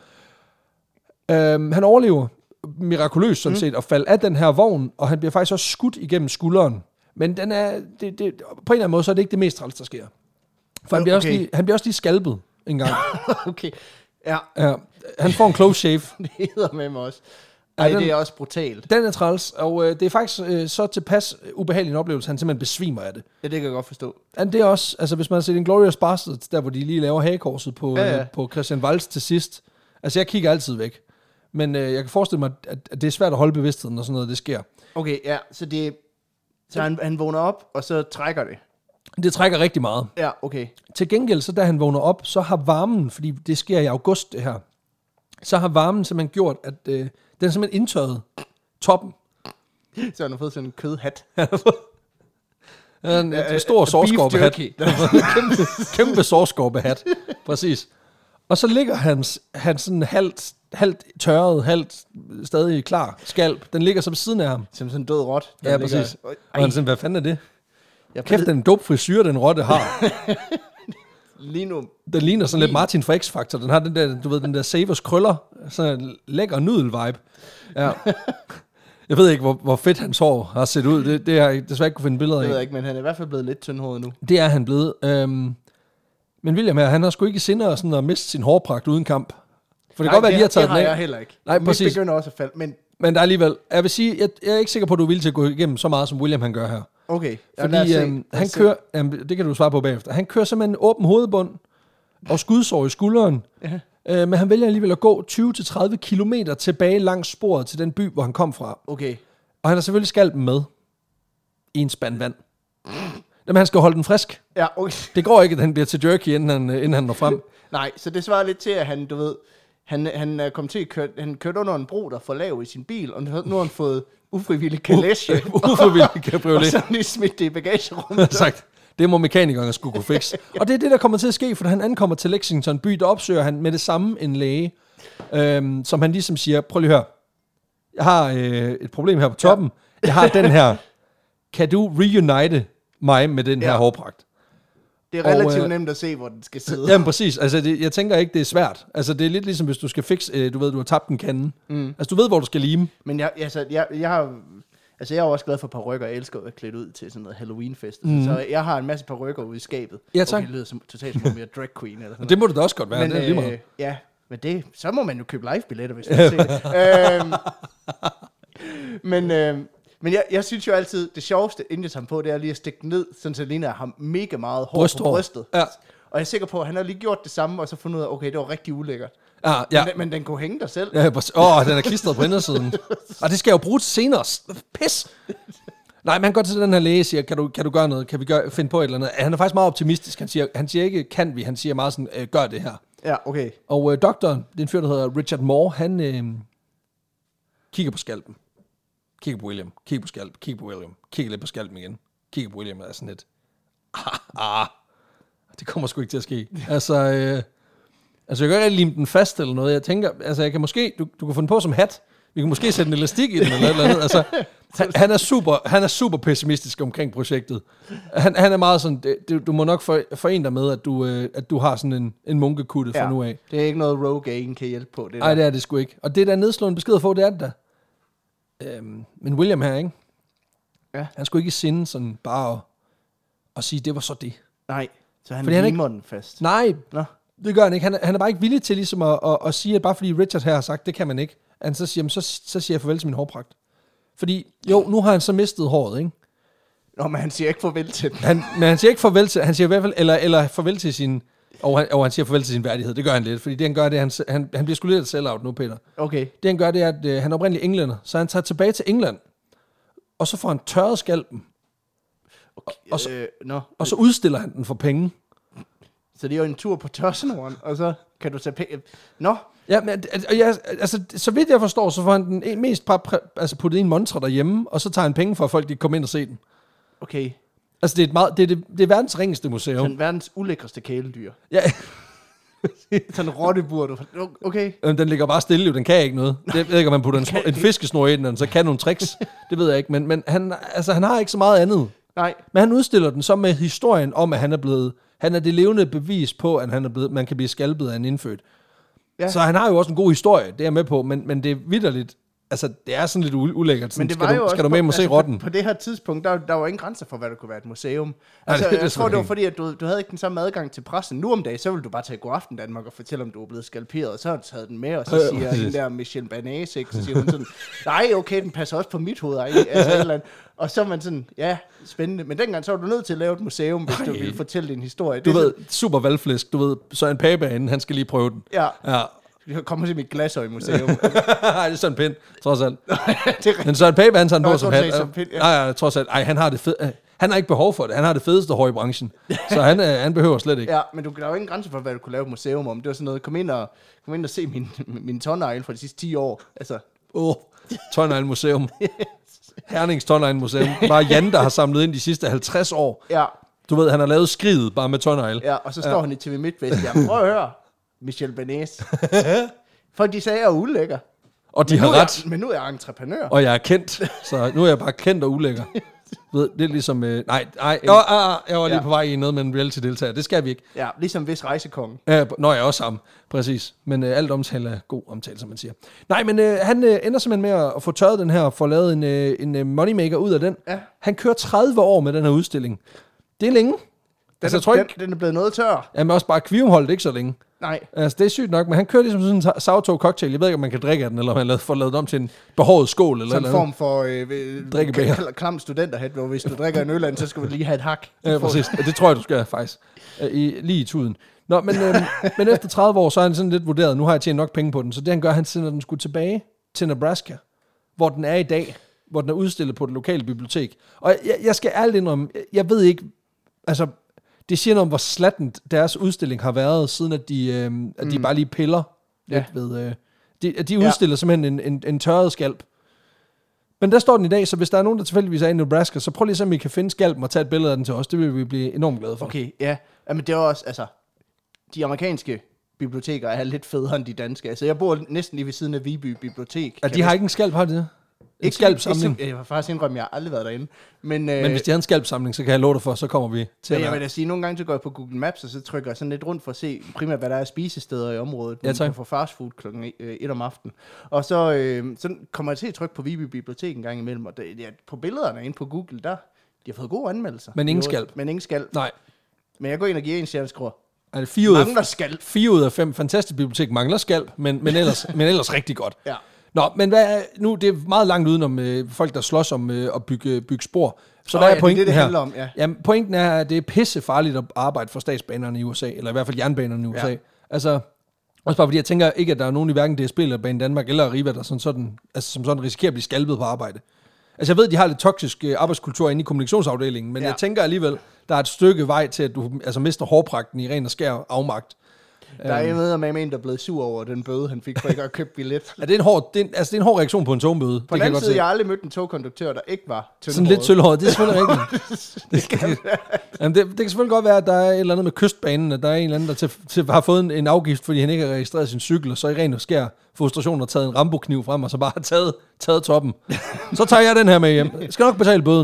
Øhm, han overlever mirakuløst sådan mm. set, og falder af den her vogn, og han bliver faktisk også skudt igennem skulderen. Men den er, det, det, på en eller anden måde, så er det ikke det mest træls, der sker. For han bliver, okay. også lige, han bliver også lige skalpet en gang. Okay, ja. ja. Han får en close shave. Det hedder med mig også. Ej, ja, den, det er også brutalt. Den er træls, og øh, det er faktisk øh, så tilpas ubehagelig en oplevelse, han simpelthen besvimer af det. Ja, det kan jeg godt forstå. Ja, det er også, altså hvis man har set Inglourious Basterds, der hvor de lige laver hagekorset på, ja, ja. Øh, på Christian Waltz til sidst. Altså jeg kigger altid væk. Men øh, jeg kan forestille mig, at, at det er svært at holde bevidstheden, når sådan noget det sker. Okay, ja, så det så han, han vågner op, og så trækker det. Det trækker rigtig meget. Ja, okay. Til gengæld, så da han vågner op, så har varmen, fordi det sker i august det her, så har varmen simpelthen gjort, at øh, den er simpelthen indtørret toppen. Så han har fået sådan en kødhat. en, en stor sårskorpehat. kæmpe kæmpe sårskorpehat. Præcis. Og så ligger hans, hans sådan halvt, halvt tørret, halvt stadig klar skalp. Den ligger så ved siden af ham. Som sådan en død rot. Ja, ligger... præcis. Og han sådan, hvad fanden er det? Jeg Kæft, den dope frisyr, den rotte har. Lige nu. Den ligner sådan lidt Martin fra X-Factor. Den har den der, du ved, den der Savers krøller. Sådan en lækker nudel-vibe. Ja. Jeg ved ikke, hvor, hvor fedt hans hår har set ud. Det, det har jeg desværre ikke kunne finde billeder af. Det ved jeg ikke, men han er i hvert fald blevet lidt tyndhåret nu. Det er han blevet. Øhm, men William her, han har sgu ikke i sinde sådan at miste sin hårpragt uden kamp. For det kan godt være, at de har taget det den af. har jeg heller ikke. Nej, Mit præcis. begynder også at falde, men... Men der er alligevel... Jeg vil sige, jeg, jeg er ikke sikker på, at du er villig til at gå igennem så meget, som William han gør her. Okay. Ja, Fordi øhm, han kører... Jamen, det kan du svare på bagefter. Han kører simpelthen en åben hovedbund og skudsår i skulderen. Ja. Øh, men han vælger alligevel at gå tyve til tredive kilometer tilbage langs sporet til den by, hvor han kom fra. Okay. Og han har selvfølgelig skalpen med i en spand vand. Jamen, han skal holde den frisk. Ja, okay. Det går ikke, at han bliver til jerky, inden han, inden han når frem. Nej, så det svarer lidt til, at han, du ved, han, han kom til at køre, han kørte under en bro, der for lav i sin bil, og nu har han fået ufrivillig kalesje. Ufrivillig cabriolet. Og så lige smidt det i bagagerummet. Sagt, det må mekanikerne skulle kunne fikse. Og det er det, der kommer til at ske, for han ankommer til Lexington by, der opsøger han med det samme en læge, øhm, som han ligesom siger, prøv lige at høre, jeg har øh, et problem her på toppen, ja. Jeg har den her, kan du reunite mig med den her ja. hårpragt? Det er relativt og, øh, nemt at se, hvor den skal sidde. Jamen præcis, altså det, jeg tænker ikke, det er svært. Altså det er lidt ligesom, hvis du skal fikse, øh, du ved, du har tabt en kande. Mm. Altså du ved, hvor du skal lime. Men jeg, altså, jeg, jeg har... Altså, jeg er også glad for parrykker. Jeg elsker at være klædt ud til sådan noget Halloween-fest. Mm. Så jeg har en masse parrykker ude i skabet. Ja, tak. Okay, det lyder som, totalt som mere drag queen eller sådan noget. Det må det da også godt være, men, det er lige meget. Øh, ja, men det, så må man jo købe live-billetter, hvis man vil se det. øhm, men øh, men jeg, jeg synes jo altid, det sjoveste, inden jeg tager ham på, det er lige at stikke ned, sådan så ligner ham mega meget hår Brysthår. På brystet. Ja. Og jeg er sikker på, at han har lige gjort det samme, og så fundet ud af, okay, det var rigtig ulækkert. Ja, ja. Men, men den kunne hænge dig selv. Ja, åh, oh, den er klistret på indersiden. Og det skal jeg jo bruge til senere. Pis! Nej, men han går til den her læge og siger, kan du, kan du gøre noget? Kan vi gøre, finde på et eller andet? Han er faktisk meget optimistisk. Han siger, han siger ikke, kan vi? Han siger meget sådan, øh, gør det her. Ja, okay. Og øh, doktoren, det er en fyr, der hedder Richard Moore, han øh, kigger på skalpen. Kigger på William. Kigger på skalpen. Kigger på William. Kigger lidt på skalpen igen. Kigger på William og er sådan lidt, ah, ah. Det kommer sgu ikke til at ske. altså, øh, altså, jeg kan ikke lime den fast eller noget. Jeg tænker, altså, jeg kan måske, du, du kan få den på som hat. Vi kan måske sætte en elastik i den eller eller andet. Altså, han, han, er super, han er super pessimistisk omkring projektet. Han, han er meget sådan, det, du, du må nok for, forene dig med, at du, øh, at du har sådan en, en munkekutte ja, fra nu af. Det er ikke noget Rogaine kan hjælpe på. Nej, det er det sgu ikke. Og det der nedslående besked at få, det er det der. Øhm, men William her, ikke? Ja. Han skulle ikke i sinde sådan bare at, at sige, det var så det. Nej, så han limer den fast. Nej, Nå. Det gør han ikke. Han, han er bare ikke villig til ligesom at, at, at sige, at bare fordi Richard her har sagt, det kan man ikke. Han så siger, så, så siger jeg farvel til min hårpragt. Fordi, jo, nu har han så mistet håret, ikke? Nå, men han siger ikke farvel til den. Han, men han siger ikke farvel til, han siger i hvert fald, eller, eller farvel til sin, og han, og han siger farvel til sin værdighed. Det gør han lidt, fordi det han gør, det er, han, han, han bliver sgu lidt sell-out nu, Peter. Okay. Det han gør, det er, at øh, han er oprindeligt englænder, så han tager tilbage til England, og så får han tørret skalpen, okay, og, og, så, øh, no. og så udstiller han den for penge. Så det er jo en tur på tørsenoren, og så kan du tage penge. Nå. Ja, men ja, altså, så vidt jeg forstår, så får han den mest bare præ- altså puttet i en montre derhjemme, og så tager han penge for, at folk de kommer ind og se den. Okay. Altså, det er, et meget, det, er det, det er verdens ringeste museum. Den verdens ulækreste kæledyr. Ja. Sådan en rottebur, du. Okay. Den ligger bare stille, jo. Den kan ikke noget. Det, jeg ved ikke, om man putter en, snor, en fiskesnor i den, og så kan nogle tricks. Det ved jeg ikke, men, men han, altså, han har ikke så meget andet. Nej. Men han udstiller den så med historien om, at han er blevet... Han er det levende bevis på, at han er blevet, man kan blive skalpet af en indfødt. Ja. Så han har jo også en god historie, det er jeg med på, men, men det er vitterligt. Altså, det er sådan lidt ulækkert. Sådan, men det var skal, jo du, skal du med mig altså, se rotten? På, på det her tidspunkt, der, der var ingen grænser for, hvad der kunne være et museum. Altså, ja, det, det jeg tror, det var fordi, at du, du havde ikke den samme adgang til pressen. Nu om dagen, så ville du bare tage Godaften Danmark og fortælle, om du er blevet skalperet. Og så har du taget den med, og så siger den der Michelle Banase, ikke? Så siger hun sådan, nej, okay, den passer også på mit hoved. Ej, altså, eller andet. Og så er man sådan, ja, spændende. Men dengang, så var du nødt til at lave et museum, hvis Ej. du ville fortælle din historie. Du det ved, super valgflæsk. Du ved, så en pagebanen, han skal lige prøve den. Ja. Ja. Jeg kommer til mit glasøje-museum. Nej, det er sådan en pind, trods alt. Men så en Pape, han tager den på som hat. Ja. Nej, ja, trods alt. Ej, han har det fed. Han har ikke behov for det. Han har det fedeste hår i branchen. Så han, han behøver slet ikke. Ja, men du, der er jo ingen grænse for, hvad du kunne lave et museum om. Det var sådan noget, kom ind og, kom ind og se min, min tårnegle fra de sidste ti år. Altså. Åh, oh, Tårnegle Museum. Hernings Tårnegle Museum. Bare Jan, der har samlet ind de sidste halvtreds år. Ja. Du ved, han har lavet skridet bare med tårnegle. Ja, og så står ja. han i T V MidtVest. Jamen, prøv at høre. Michel Benes. Folk, de sagde, at jeg er ulækker. Og de men har ret. Jeg, men nu er jeg entreprenør. Og jeg er kendt, så nu er jeg bare kendt og ulækker. Ved, det er ligesom... Øh, nej, nej, jeg var, ah, jeg var lige ja. på vej i noget med en reality-deltager. Det skal vi ikke. Ja, ligesom hvis rejsekongen. Ja, når jeg også ham. Præcis. Men øh, alt omtale er god omtale, som man siger. Nej, men øh, han øh, ender simpelthen med at få tørret den her, og få lavet en, øh, en øh, moneymaker ud af den. Ja. Han kører tredive år med den her udstilling. Det er længe. Den, altså, er, tror ikke, den, den er blevet noget tør. Jamen også bare Kvium ikke så længe. Nej. Altså, det er sygt nok, men han kører ligesom sådan en sourdough cocktail. Jeg ved ikke, om man kan drikke af den, eller om han får lavet om til en behåret skål. Eller sådan en form for øh, drikkebæger. Klam studenterhat, hvor hvis du drikker en øl, så skal du lige have et hak. Ja, præcis. Det tror jeg, du skal faktisk. I, lige i tuden. Nå, men, øh, men efter tredive år, så er han sådan lidt vurderet. Nu har jeg tjent nok penge på den. Så det han gør, han sender den sgu tilbage til Nebraska, hvor den er i dag. Hvor den er udstillet på det lokale bibliotek. Og jeg, jeg skal ærligt indrømme, jeg ved ikke, altså... Det siger noget om, hvor slattent deres udstilling har været, siden at de, øh, at de mm. bare lige piller lidt ja. ved... Øh, de, at de udstiller ja. simpelthen en, en, en tørret skalp. Men der står den i dag, så hvis der er nogen, der tilfældigvis er i Nebraska, så prøv lige så, om I kan finde skalpen og tage et billede af den til os. Det vil vi blive enormt glade for. Okay, ja. Jamen det er også, altså... De amerikanske biblioteker er lidt federe end de danske. Altså jeg bor næsten lige ved siden af Viby Bibliotek. Ja, de har ikke en skalp, har de det? En ikke skalpsamling. Jeg har faktisk indrømme, jeg har aldrig været derinde. Men, men øh, hvis de har en skalpsamling, så kan jeg love dig for, så kommer vi til at... Jeg vil da sige, nogle gange så går jeg på Google Maps, og så trykker jeg sådan lidt rundt for at se primært, hvad der er spisesteder i området. Ja, tak. Man kan få fastfood klokken et om aftenen. Og så, øh, så kommer jeg til at trykke på Viby Bibliotek en gang imellem, og det, ja, på billederne inde på Google, der de har fået gode anmeldelser. Men ingen skalp. Men ingen skalp. Nej. Men jeg går ind og giver en stjerneskruer. Altså, fire mangler skalp. Fire ud af fem fantastisk bibliotek mangler skalp, men, men, ellers, men ellers rigtig godt. Ja. Nå, men hvad er, nu det er meget langt udenom øh, folk, der slås om øh, at bygge, bygge spor. Så oh, hvad ja, er pointen det, det, det her? Om, ja. Jamen, pointen er, at det er pissefarligt at arbejde for statsbanerne i U S A, eller i hvert fald jernbanerne i U S A. Ja. Altså, også bare fordi jeg tænker ikke, at der er nogen i hverken D S B eller Bane Danmark eller Arriva, der sådan, sådan, altså, som sådan risikerer at blive skalpet på arbejde. Altså jeg ved, de har lidt toksisk øh, arbejdskultur inde i kommunikationsafdelingen, men ja. jeg tænker alligevel, der er et stykke vej til, at du altså, mister hårpragten i ren og skær afmagt. Der er med med en, der er blevet sur over den bøde, han fik for ikke at købe billet. Ja, det er en hård, det er, altså det er en hård reaktion på en togbøde. På den anden side, jeg har aldrig mødt en togkonduktør, der ikke var tyndhåret. Sådan lidt sølvhåret, det er selvfølgelig rigtigt. det, kan, jamen det, det kan selvfølgelig godt være, at der er et eller andet med kystbanen, at der er en eller anden, der til, til har fået en, en afgift, fordi han ikke har registreret sin cykel, og så i ren og skær frustration har taget en Rambo-kniv frem, og så bare har taget, taget toppen. Så tager jeg den her med hjem. Jeg skal nok betale bøden.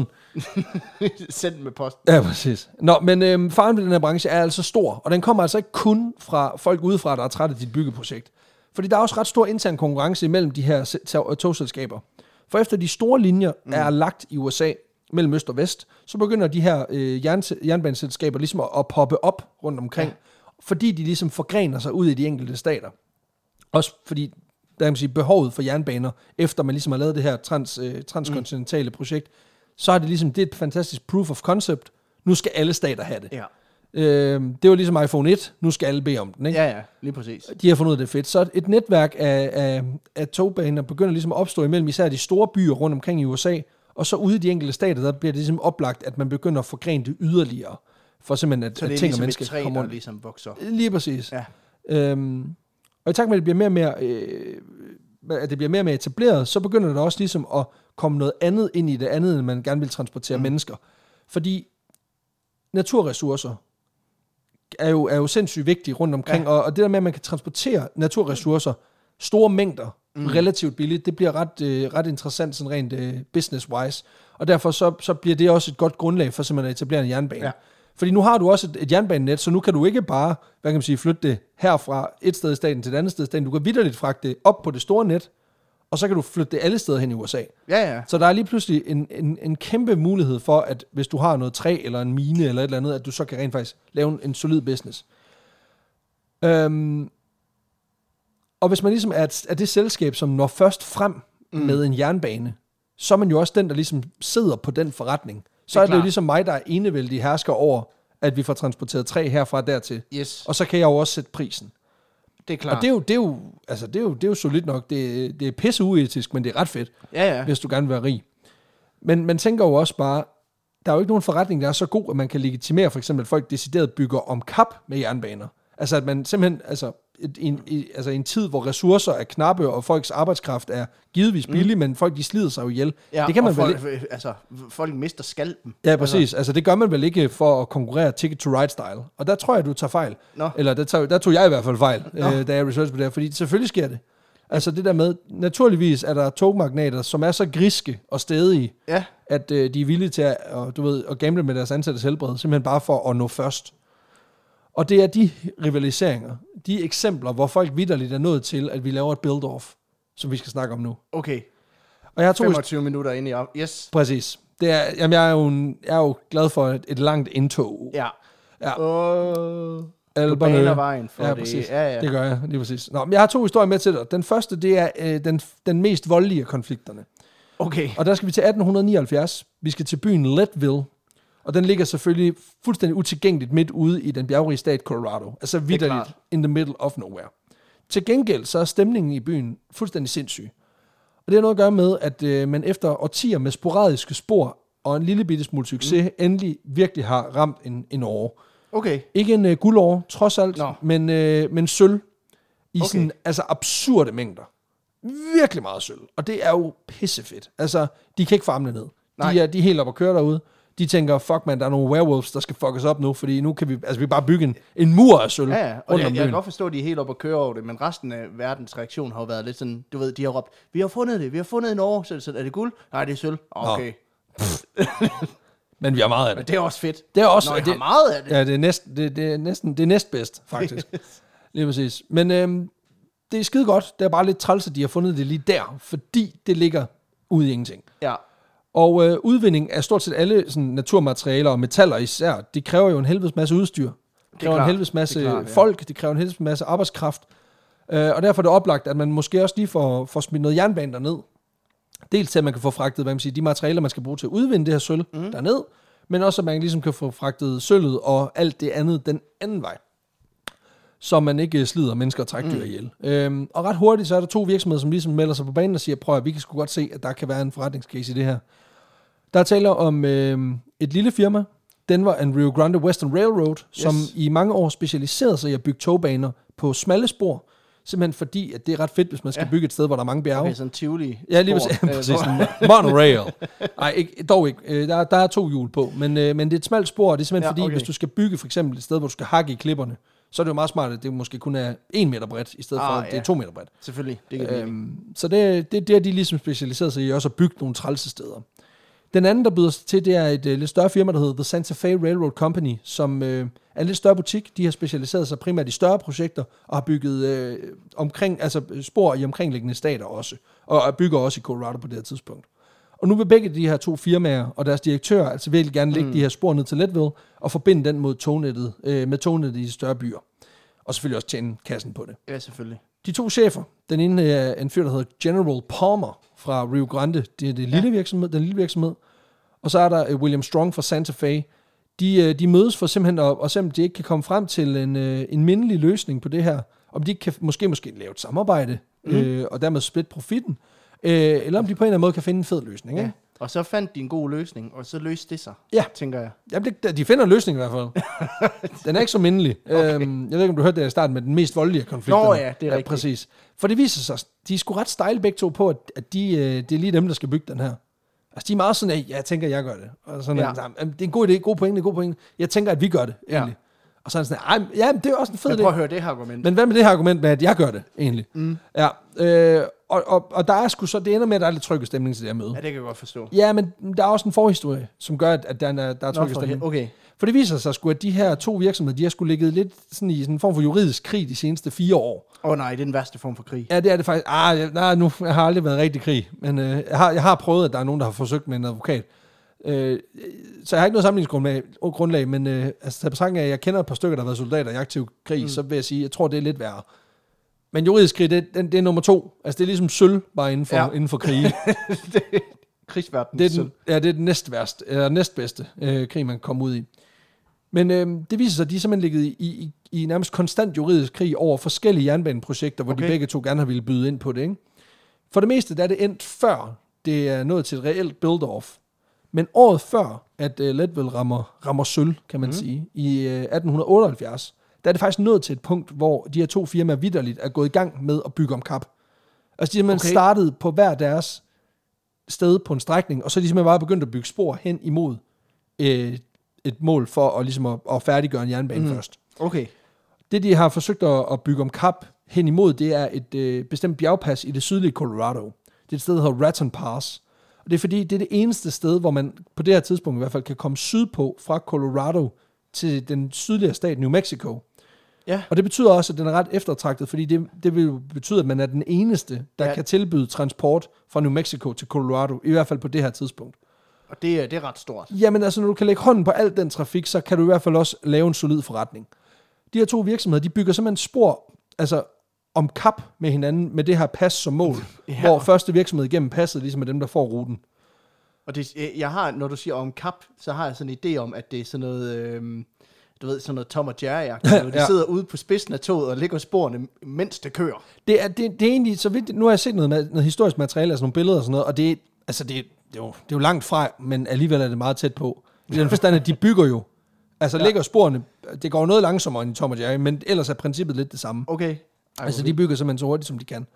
Send den med posten. Ja, præcis. Nå, men øhm, faren ved den her branche er altså stor, og den kommer altså ikke kun fra folk udefra, der er trætte af dit byggeprojekt. Fordi der er også ret stor intern konkurrence imellem de her togselskaber. For efter de store linjer mm. er lagt i U S A mellem øst og vest, så begynder de her øh, jernbaneselskaber ligesom at, at poppe op rundt omkring, ja. fordi de ligesom forgrener sig ud i de enkelte stater. Også fordi der kan man sige, behovet for jernbaner, efter man ligesom har lavet det her trans, øh, transkontinentale mm. projekt, så er det ligesom, det er et fantastisk proof of concept. Nu skal alle stater have det. Ja. Øh, det var ligesom iPhone et, nu skal alle bede om den, ikke? Ja, ja, lige præcis. De har fundet ud af det fedt. Så et netværk af, af, af togbaner begynder ligesom at opstå imellem især de store byer rundt omkring i U S A, og så ude i de enkelte stater, der bliver det ligesom oplagt, at man begynder at forgrene det yderligere, for simpelthen at, så det at er ting ligesom og mennesker et træ, kommer der ligesom vokser. Lige præcis. Ja. Øhm, og i takt med, at det bliver mere og mere, øh, at det bliver mere og mere etableret, så begynder der også ligesom at komme noget andet ind i det andet, end man gerne vil transportere mm. mennesker. Fordi naturressourcer er jo, er jo sindssygt vigtige rundt omkring, ja. og, og det der med, at man kan transportere naturressourcer, store mængder, mm. relativt billigt, det bliver ret, øh, ret interessant sådan rent øh, business-wise. Og derfor så, så bliver det også et godt grundlag for simpelthen at etablere en jernbane. Ja. Fordi nu har du også et, et jernbanenet, så nu kan du ikke bare, hvad kan man sige, flytte det herfra et sted i staten til et andet sted i staten. Du kan vitterligt fragte det op på det store net, og så kan du flytte det alle steder hen i U S A. Ja, ja. Så der er lige pludselig en, en, en kæmpe mulighed for, at hvis du har noget træ eller en mine eller et eller andet, at du så kan rent faktisk lave en, en solid business. Øhm, og hvis man ligesom er, et, er det selskab, som når først frem mm. med en jernbane, så er man jo også den, der ligesom sidder på den forretning. Så det er, er det jo ligesom mig, der er enevældig hersker over, at vi får transporteret træ herfra dertil. Yes. Og så kan jeg jo også sætte prisen. Det er klart. Og det er jo, det er jo, altså det er jo, det er jo solidt nok. Det, det er pisse uetisk, men det er ret fedt, ja, ja. hvis du gerne vil være rig. Men man tænker jo også bare, der er jo ikke nogen forretning, der er så god, at man kan legitimere for eksempel, at folk decideret bygger om kap med jernbaner. Altså at man simpelthen, altså et, en, i, altså en tid, hvor ressourcer er knappe, og folks arbejdskraft er givetvis billig, mm. men folk de slider sig jo ihjel. Ja, det kan man folk, vel ikke. Altså, folk mister skalpen. Ja, præcis. Altså. altså, det gør man vel ikke for at konkurrere Ticket to Ride-style. Og der tror jeg, du tager fejl. Nå. Eller der, tager, der tog jeg i hvert fald fejl, øh, da jeg researchede på det her, fordi selvfølgelig sker det. Altså det der med, naturligvis er der togmagnater, som er så griske og stædige, ja. at øh, de er villige til at, og, du ved, at gamble med deres ansattes helbred, simpelthen bare for at nå først. Og det er de rivaliseringer, de eksempler, hvor folk vitterligt er nået til, at vi laver et build-off, som vi skal snakke om nu. Okay. Og jeg har to femogtyve minutter inde i op. Yes. Præcis. Det er, jamen jeg, er jo en, jeg er jo glad for et, et langt indtog. Ja. Ja. Uh... Du baner vejen for ja, det. Præcis. Ja, ja. Det gør jeg, lige præcis. Nå, men jeg har to historier med til dig. Den første, det er øh, den, den mest voldelige af konflikterne. Okay. Og der skal vi til atten nioghalvfjerds. Vi skal til byen Leadville. Og den ligger selvfølgelig fuldstændig utilgængeligt midt ude i den bjergrige stat Colorado. Altså vitterligt in the middle of nowhere. Til gengæld, så er stemningen i byen fuldstændig sindssyg. Og det har noget at gøre med, at øh, man efter årtier med sporadiske spor og en lille bitte smule succes, mm. endelig virkelig har ramt en, en år. Okay. Ikke en uh, guldår, trods alt, no. men, uh, men sølv i okay. sådan altså absurde mængder. Virkelig meget sølv. Og det er jo pissefedt. Altså, de kan ikke farme det ned. De er, de er helt op og kører derude. De tænker, fuck man, der er nogle werewolves, der skal fuckes op nu, fordi nu kan vi, altså vi bare bygge en, en mur af sølv. Ja, ja. Og jeg, jeg kan godt forstå, at de er helt op og kører over det, men resten af verdens reaktion har jo været lidt sådan, du ved, de har råbt, vi har fundet det, vi har fundet en år, så, så er det guld? Nej, det er sølv. Okay. Men vi har meget af det. Men det er også fedt. Det er også, Når I det, har meget af det. Ja, det er næsten det, det er næsten det er næstbedst, faktisk. Lige præcis. Men øhm, det er skide godt. Det er bare lidt træls, at de har fundet det lige der, fordi det ligger ude i ingenting. Ja. Og øh, udvinding af stort set alle sådan, naturmaterialer og metaller især, det kræver jo en helvedes masse udstyr. Det kræver en helvedes masse klart, ja. folk, det kræver en helvedes masse arbejdskraft. Øh, og derfor er det oplagt, at man måske også lige får, får smidt noget jernbane derned. Dels til, at man kan få fragtet hvad man siger, de materialer, man skal bruge til at udvinde det her sølv mm. derned, men også, at man ligesom kan få fragtet sølvet og alt det andet den anden vej, så man ikke slider mennesker og trækdyr mm. ihjel. Øhm, og ret hurtigt, så er der to virksomheder, som ligesom melder sig på banen og siger, prøv at vi kan sgu godt se, at der kan være en forretningscase i det her. Der taler om øhm, et lille firma, Denver and Rio Grande Western Railroad, yes. som i mange år specialiserede sig i at bygge togbaner på smalle spor, simpelthen fordi, at det er ret fedt, hvis man skal ja. bygge et sted, hvor der er mange bjerge. Okay, sådan en Tivoli. Ja, lige præcis. Ja, præcis. Monorail. Nej, ikke, dog ikke. Der, der er to hjul på, men, men det er et smalt spor, og det er simpelthen ja, fordi, okay. hvis du skal bygge for eksempel et sted, hvor du skal hakke i klipperne, så er det jo meget smart, at det måske kun er en meter bredt, i stedet ah, for, at ja. det er to meter bredt. Selvfølgelig. Det kan øhm, så det, det, det er de ligesom specialiseret sig i, også at bygge nogle trælse steder. Den anden, der byder sig til, det er et uh, lidt større firma, der hedder The Santa Fe Railroad Company, som uh, er en lidt større butik. De har specialiseret sig primært i større projekter, og har bygget uh, omkring, altså spor i omkringliggende stater også, og bygger også i Colorado på det her tidspunkt. Og nu vil begge de her to firmaer og deres direktører altså virkelig gerne lægge mm. de her spor ned til Leadville, og forbinde den mod tognettet, uh, med tognettet i de større byer. Og selvfølgelig også tjene kassen på det. Ja, selvfølgelig. De to chefer, den ene er en fyr, der hedder General Palmer fra Rio Grande, det er det lille ja. virksomhed, den lille virksomhed, og så er der William Strong fra Santa Fe. De, de mødes for simpelthen, og, og selvom de ikke kan komme frem til en, en mindelig løsning på det her, om de kan måske måske lave et samarbejde, mm. øh, og dermed splitte profitten, øh, eller om de på en eller anden måde kan finde en fed løsning. Ja. Ikke? Og så fandt de en god løsning, og så løste det sig, ja. tænker jeg. Jamen, det, de finder en løsning i hvert fald. Den er ikke så mindelig. Okay. Øhm, jeg ved ikke, om du hørte det i starten med den mest voldelige konflikt. Nå ja, det er ja, rigtigt. Præcis. For det viser sig, de er sgu ret stejle begge to på, at de, det er lige dem, der skal bygge den her. Altså, de er meget sådan, at jeg tænker, at jeg gør det. Og sådan, ja. at, det er en god idé, god pointe, god pointe. Jeg tænker, at vi gør det, egentlig. Ja. Og så er det sådan, at, ja, det er også en fed idé. Men prøv at høre det her argument. Men hvad med det her argument med, at jeg gør det, egentlig? Mm. Ja, øh, og, og, og der er sgu så, det ender med, at der er lidt tryg stemning til det her møde. Ja, det kan jeg godt forstå. Ja, men der er også en forhistorie, som gør, at der er, der er tryg stemning. Okay. For det viser sig sgu, at de her to virksomheder, de har sgu ligget lidt sådan i sådan en form for juridisk krig de seneste fire år. Åh oh, nej, det er den værste form for krig. Ja, det er det faktisk. Ah, jeg, nej, nu jeg har aldrig været rigtig krig, men øh, jeg, har, jeg har prøvet, at der er nogen, der har forsøgt med en advokat. Øh, så jeg har ikke noget sammenligningsgrundlag, men øh, altså, til betragtning af, at jeg kender et par stykker, der har været soldater i aktiv krig, mm. så vil jeg sige, jeg tror, det er lidt værre. Men juridisk krig, det, det, det er nummer to. Altså, det er ligesom sølv, bare inden for, ja. inden for krige. Krigsverdens det er den, ja, det er den næst værste, eller næstbedste øh, krig, man kan komme ud i. Men øh, det viser sig, at de er simpelthen ligget i, i, i nærmest konstant juridisk krig over forskellige jernbaneprojekter, hvor okay. de begge to gerne har ville byde ind på det. Ikke? For det meste der er det endt før det er nået til et reelt build-off. Men året før, at uh, Leadville rammer, rammer sølv, kan man mm. sige, i uh, atten otteoghalvfjerds, der er det faktisk nået til et punkt, hvor de her to firmaer vitterligt er gået i gang med at bygge om kap. Altså de har okay. startet på hver deres sted på en strækning, og så er de simpelthen bare begyndt at bygge spor hen imod øh, et mål for at, ligesom at, at færdiggøre en jernbane mm. først. Okay. Det, de har forsøgt at, at bygge om kap hen imod, det er et øh, bestemt bjergpas i det sydlige Colorado. Det er et sted, der hedder Raton Pass. Og det er fordi, det er det eneste sted, hvor man på det her tidspunkt i hvert fald kan komme sydpå fra Colorado til den sydlige stat New Mexico. Ja. Og det betyder også, at den er ret eftertragtet, fordi det, det vil jo betyde, at man er den eneste, der ja. kan tilbyde transport fra New Mexico til Colorado, i hvert fald på det her tidspunkt. Og det er, det er ret stort. Jamen altså, når du kan lægge hånden på al den trafik, så kan du i hvert fald også lave en solid forretning. De her to virksomheder, de bygger simpelthen spor, altså om kap med hinanden, med det her pas som mål, ja. hvor første virksomhed igennem passet ligesom er dem, der får ruten. Og det, jeg har, når du siger om kap, så har jeg sådan en idé om, at det er sådan noget, øh, du ved, sådan noget Tom og Jerry-agtigt. ja. De sidder ude på spidsen af toget og ligger sporene, mens det kører. Det er, det, det er egentlig, så vidt, nu har jeg set noget, noget historisk materiale, altså nogle billeder og sådan noget, og det, altså det, det, er jo, det er jo langt fra, men alligevel er det meget tæt på. I den forstand, at de bygger jo, altså ja. ligger sporene, det går noget langsommere end Tom og Jerry, men ellers er princippet lidt det samme. Okay. Ej, altså de bygger simpelthen så hurtigt, som de kan.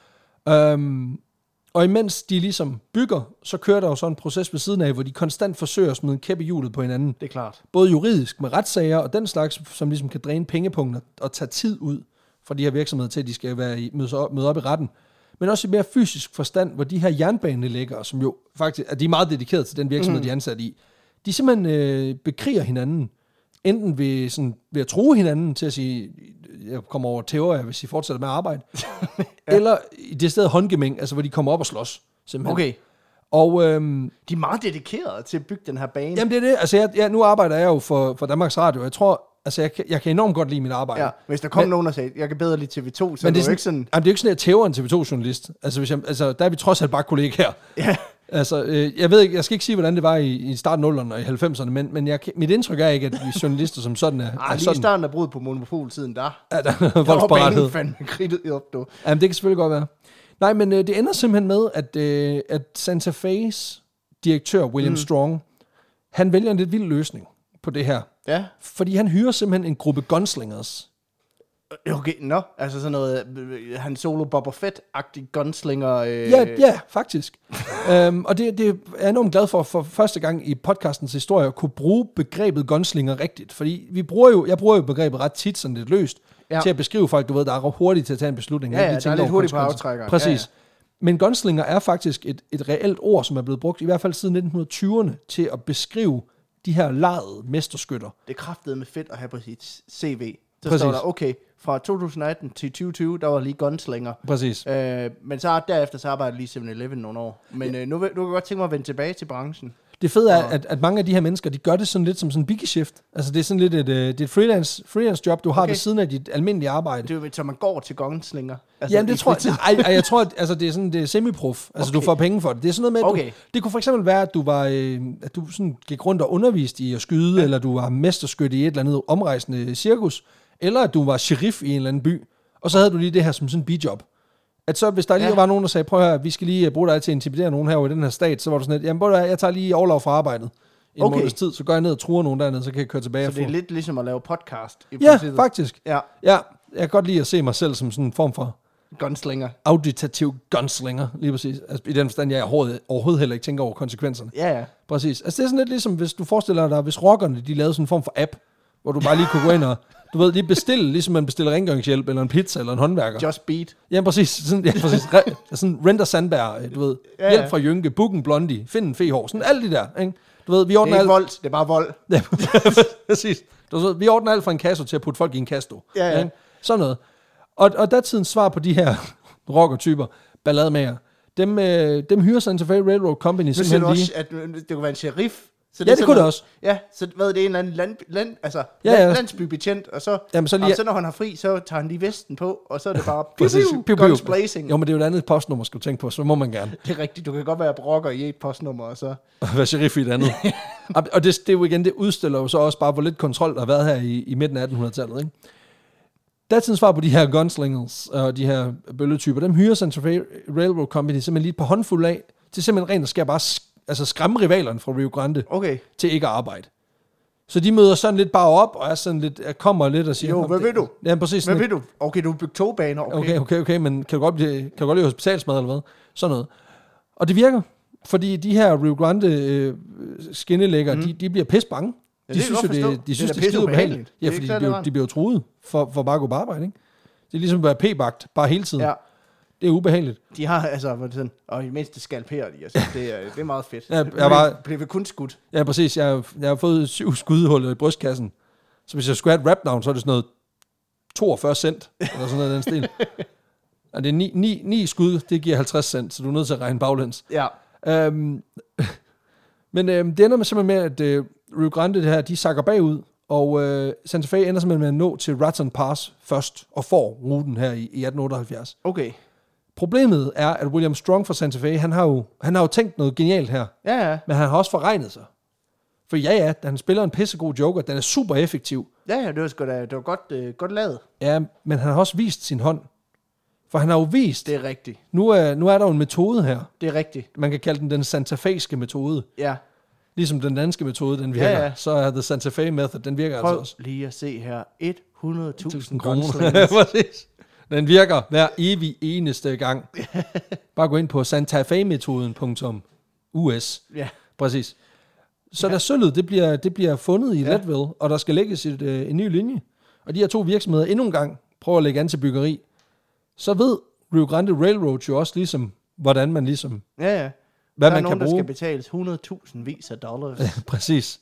Um, og imens de ligesom bygger, så kører der jo sådan en proces ved siden af, hvor de konstant forsøger at smide en kæp i hjulet på hinanden. Det er klart. Både juridisk med retssager og den slags, som ligesom kan dræne pengepunkter og tage tid ud fra de her virksomheder til, at de skal være i, møde, op, møde op i retten. Men også i mere fysisk forstand, hvor de her jernbanelæggere, som jo faktisk, at de er meget dedikeret til den virksomhed, mm. de er ansat i, de simpelthen øh, bekriger hinanden. Enten ved, sådan, ved at true hinanden til at sige, jeg kommer over tæver, hvis I fortsætter med at arbejde. ja. Eller i det sted håndgemæng, altså hvor de kommer op og slås. Simpelthen. Okay. Og, øhm, de er meget dedikerede til at bygge den her bane. Jamen det er det. Altså jeg, jeg, nu arbejder jeg jo for, for Danmarks Radio. Jeg tror, altså jeg, jeg kan enormt godt lide mit arbejde. Ja, hvis der kom men, nogen og sagde, jeg kan bedre lide T V to, så men det er sådan, ikke sådan... Jamen det er jo ikke sådan, at jeg tæver en T V to-journalist. Altså, hvis jeg, altså der er vi trods alt bare kollegaer. Ja. Altså, øh, jeg ved ikke, jeg skal ikke sige, hvordan det var i, i starten af nullerne og i halvfemserne, men, men jeg, mit indtryk er ikke, at vi journalister som sådan er... Ej, lige i starten af brud på monopoltiden, der... Ja, der er voldsparathed. Der fandme kridtet op, du. Jamen, det kan selvfølgelig godt være. Nej, men øh, det ender simpelthen med, at, øh, at Santa Fe's direktør, William mm. Strong, han vælger en lidt vild løsning på det her. Ja. Fordi han hyrer simpelthen en gruppe gunslingers. Okay, nå, no. altså sådan noget, Han Solo Boba Fett-agtig gunslinger. Øh... Ja, ja, faktisk. um, og det, det er jeg enormt glad for, for første gang i podcastens historie, at kunne bruge begrebet gunslinger rigtigt. Fordi vi bruger jo, jeg bruger jo begrebet ret tit, sådan lidt løst, ja. til at beskrive folk, du ved, der er hurtigt til at tage en beslutning. Ja, ja, der er lidt hurtigt på aftrækkeren. Præcis. Ja, ja. Men gunslinger er faktisk et, et reelt ord, som er blevet brugt, i hvert fald siden nitten tyverne, til at beskrive de her lejede mesterskytter. Det er kraftedeme fedt at have på sit C V. Så Præcis. står der, okay, fra to tusind atten til tyve tyve, der var lige gunslinger. Præcis. Øh, men så derefter så arbejdede lige syv eleven nogle år. Men ja. øh, nu, nu kan jeg godt tænke mig at vende tilbage til branchen. Det fede er, at, at mange af de her mennesker, de gør det sådan lidt som sådan en biggie shift. Altså det er sådan lidt et, det er et freelance, freelance job, du har okay. ved siden af dit almindelige arbejde. Det er jo, så man går til gunslinger. Altså, Jamen det tror jeg, ej, ej, jeg tror, at altså, det er sådan, det er semi-prof. Altså okay. du får penge for det. Det er sådan noget med, at okay. du, det kunne for eksempel være, at du var, øh, at du sådan gik rundt og underviste i at skyde, ja. eller du var mesterskytte i et eller andet omrejsende cirkus, eller at du var sheriff i en eller anden by, og så havde du lige det her som sådan en bijob. At så, hvis der lige ja. var nogen, der sagde, prøv at høre, vi skal lige bruge dig til at intimidere nogen her i den her stat, så var du sådan lidt, jamen prøv at høre, jeg tager lige overlov fra arbejdet en okay. måneds tid, så går jeg ned og truer nogen dernede, så kan jeg køre tilbage. Så det er lidt ligesom at lave podcast i Ja, princippet. faktisk. Ja. ja, jeg kan godt lide at se mig selv som sådan en form for gunslinger. Auditativ gunslinger, lige præcis. Altså, i den forstand, jeg overhovedet, overhovedet heller ikke tænker over konsekvenserne. Ja, ja. Præcis. Altså det er sådan lidt ligesom, hvis du forestiller dig, hvis rockerne, de lavede sådan en form for app, hvor du bare lige kunne gå ind og, du ved, lige bestille, ligesom man bestiller rengøringshjælp, eller en pizza, eller en håndværker. Just Beat. Ja, præcis. Sådan, ja, præcis. Re, sådan Renter Sandberg, du ved. Ja, ja. Hjælp fra Jynke, book en blondie, find en fehår. Sådan alt det der, ikke? Du ved, vi ordner det er ikke alt... vold, det er bare vold. Ja, præcis. Du ved, vi ordner alt fra en kasse til at putte folk i en kasto. Ja, ja. Ikke? Sådan noget. Og, og datidens svar på de her rockertyper, ballademager, dem, øh, dem hyrer Santa Fe Railroad Company simpelthen også, lige... at det kunne være en sheriff. Så det ja, det kunne det også. Ja, så hvad det er en eller anden land, land, altså, ja, ja. landsbybetjent, og så, Jamen, så, lige, og så når han har fri, så tager han lige vesten på, og så er det bare Præcis, piu, piu, guns blazing. Jo, men det er jo et andet postnummer, skal du tænke på, så må man gerne. Det er rigtigt, du kan godt være brokker i et postnummer, og så... Og være sheriff i et andet. Og det, det er jo igen, det udstiller jo så også bare, hvor lidt kontrol der har været her i, i midten af attenhundredetallet, ikke? Datidens svar på de her gunslingers og de her bølletyper, dem hyrer Santa Fe Railroad Company simpelthen lige et par håndfuld af, til simpelthen rent, der skal bare sk- altså skræmme rivalerne fra Rio Grande okay. til ikke at arbejde. Så de møder sådan lidt bare op, og er sådan lidt, kommer lidt og siger... Jo, hvad vil du? Ja, præcis. Hvad vil du? Okay, du vil bygge togbaner. Okay, okay, okay, okay, men kan du godt, blive, kan du godt lide hospitalsmad eller hvad? Sådan noget. Og det virker, fordi de her Rio Grande øh, skinnelægger, mm. de, de bliver pisse bange. Ja, de det synes, det, det, de synes, det, det er skide ubehageligt. Ja, det fordi de de bliver, de bliver truet for, for bare at gå på arbejde, ikke? Det er ligesom at være p-bagt, bare hele tiden. Ja. Det er ubehageligt. De har altså, hvad det sådan, og i mindst det skalperer de, altså, det, er, det er meget fedt. Ja, jeg var, blev vi kun skudt. Ja, præcis. Jeg, jeg har fået syv skudhuller i brystkassen. Så hvis jeg skulle have et rap-down, så er det sådan noget toogfyrre cent, eller sådan noget den stil. Og det er ni, ni, ni skud, det giver halvtreds cent, så du er nødt til at regne baglæns. Ja. Øhm, men øhm, det ender med simpelthen med, at øh, Rio Grande det her, de sakker bagud, og øh, Santa Fe ender simpelthen med at nå til Raton Pass først, og får ruten her i, i atten otteoghalvfjerds. Okay. Problemet er, at William Strong fra Santa Fe, han har jo, han har jo tænkt noget genialt her, Ja, ja. men han har også forregnet sig. For ja, ja, han spiller en pissegod joker, den er super effektiv. Ja, ja, det var, sgu da, det var godt, øh, godt lavet. Ja, men han har også vist sin hånd. For han har jo vist... Det er rigtigt. Nu er, nu er der jo en metode her. Det er rigtigt. Man kan kalde den den Santa Fe-ske metode. Ja. Ligesom den danske metode, den virker. Ja, ja. Så er the Santa Fe method, den virker Prøv altså også. lige at se her. hundrede tusind kroner. Præcis. Den virker hver evig eneste gang. Bare gå ind på santafemetoden punktum u s. Ja. Præcis. Så ja. Der sølvet, det bliver, det bliver fundet i ja. Leadville, og der skal lægges et, øh, en ny linje. Og de her to virksomheder endnu en gang prøver at lægge an til byggeri. Så ved Rio Grande Railroad jo også ligesom, hvordan man ligesom... Ja, ja. Hvad der man er kan nogen, bruge. der skal betales hundrede tusind vis af dollars. Ja, præcis.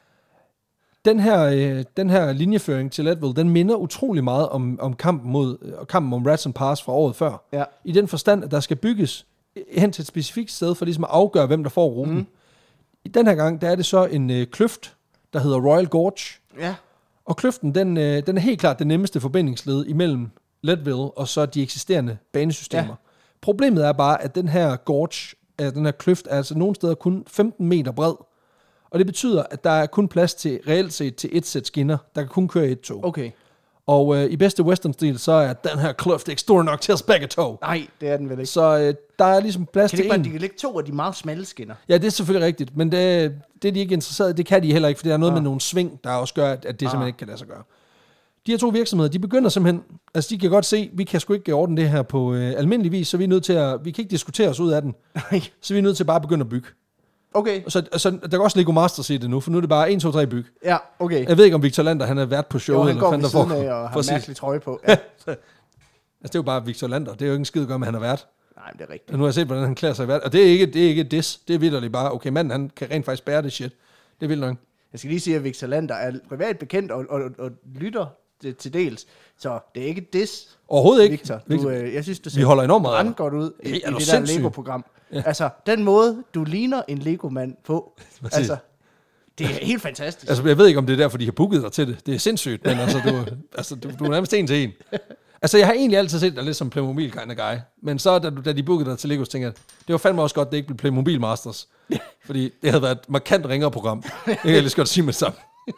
Den her, øh, den her linjeføring til Leadville, den minder utrolig meget om, om kampen mod øh, kampen om Raton Pass fra året før. Ja. I den forstand, at der skal bygges hen til et specifikt sted, for ligesom at afgøre, hvem der får ruten. Mm. I den her gang, der er det så en øh, kløft, der hedder Royal Gorge. Ja. Og kløften, den, øh, den er helt klart det nemmeste forbindingsled imellem Leadville og så de eksisterende banesystemer. Ja. Problemet er bare, at den her gorge, at den her kløft, er altså nogle steder kun femten meter bred. Og det betyder, at der er kun plads til reelt set til et sæt skinner. Der kan kun køre et tog. Okay. Og øh, i bedste western-stil, så er den her kløft ikke stor nok til at spække tog. Nej, det er den vel ikke. Så øh, der er ligesom plads kan til ikke en. bare, de kan lægge to af de meget smalle skinner. Ja, det er selvfølgelig rigtigt. Men det, det er de ikke interesseret i. Det kan de heller ikke, for det er noget ah. med nogle sving, der også gør, at det ah. simpelthen ikke kan lade sig gøre. De her to virksomheder, de begynder simpelthen, altså de kan godt se, vi kan sgu ikke ordne det her på øh, almindelig vis, så vi er nødt til at, vi kan ikke diskutere os ud af den. Så vi er nødt til bare at begynde at bygge. Okay. Så, så der kan også Lego Masters i det nu, for nu er det bare en, to, tre byg. Ja, okay. Jeg ved ikke, om Victor Lander, han er vært på showet. Jo, han eller går ved siden af og har Præcis. mærkelig trøje på. Ja. Altså, det er jo bare Victor Lander. Det er jo ikke en skid gøre, at han er vært. Nej, men det er rigtigt. Og nu har jeg set, hvordan han klæder sig i vært. Og det er ikke det er ikke diss. Det er vitterligt bare, okay, manden, han kan rent faktisk bære det shit. Det er vildt nok. Jeg skal lige sige, at Victor Lander er privat bekendt og, og, og, og lytter til, til dels. Så det er ikke diss. Overhovedet ikke. Victor, Victor. du, øh, jeg synes, du Vi holder enormt meget. ret godt ud i, Hey, i det sindssyg? der Lego-program. Ja. Altså, den måde, du ligner en Lego-mand på, altså, det er helt fantastisk. Altså, jeg ved ikke, om det er derfor, de har booket dig til det. Det er sindssygt, men altså, du, altså, du, du er nærmest en til en. Altså, jeg har egentlig altid set dig lidt som Playmobil kind of guy, men så, da, da de bookede dig til Lego, så tænkte jeg, det var fandme også godt, det ikke blev Playmobil Masters. Fordi det havde været et markant ringere program. Det kan jeg lige så godt sige med det samme.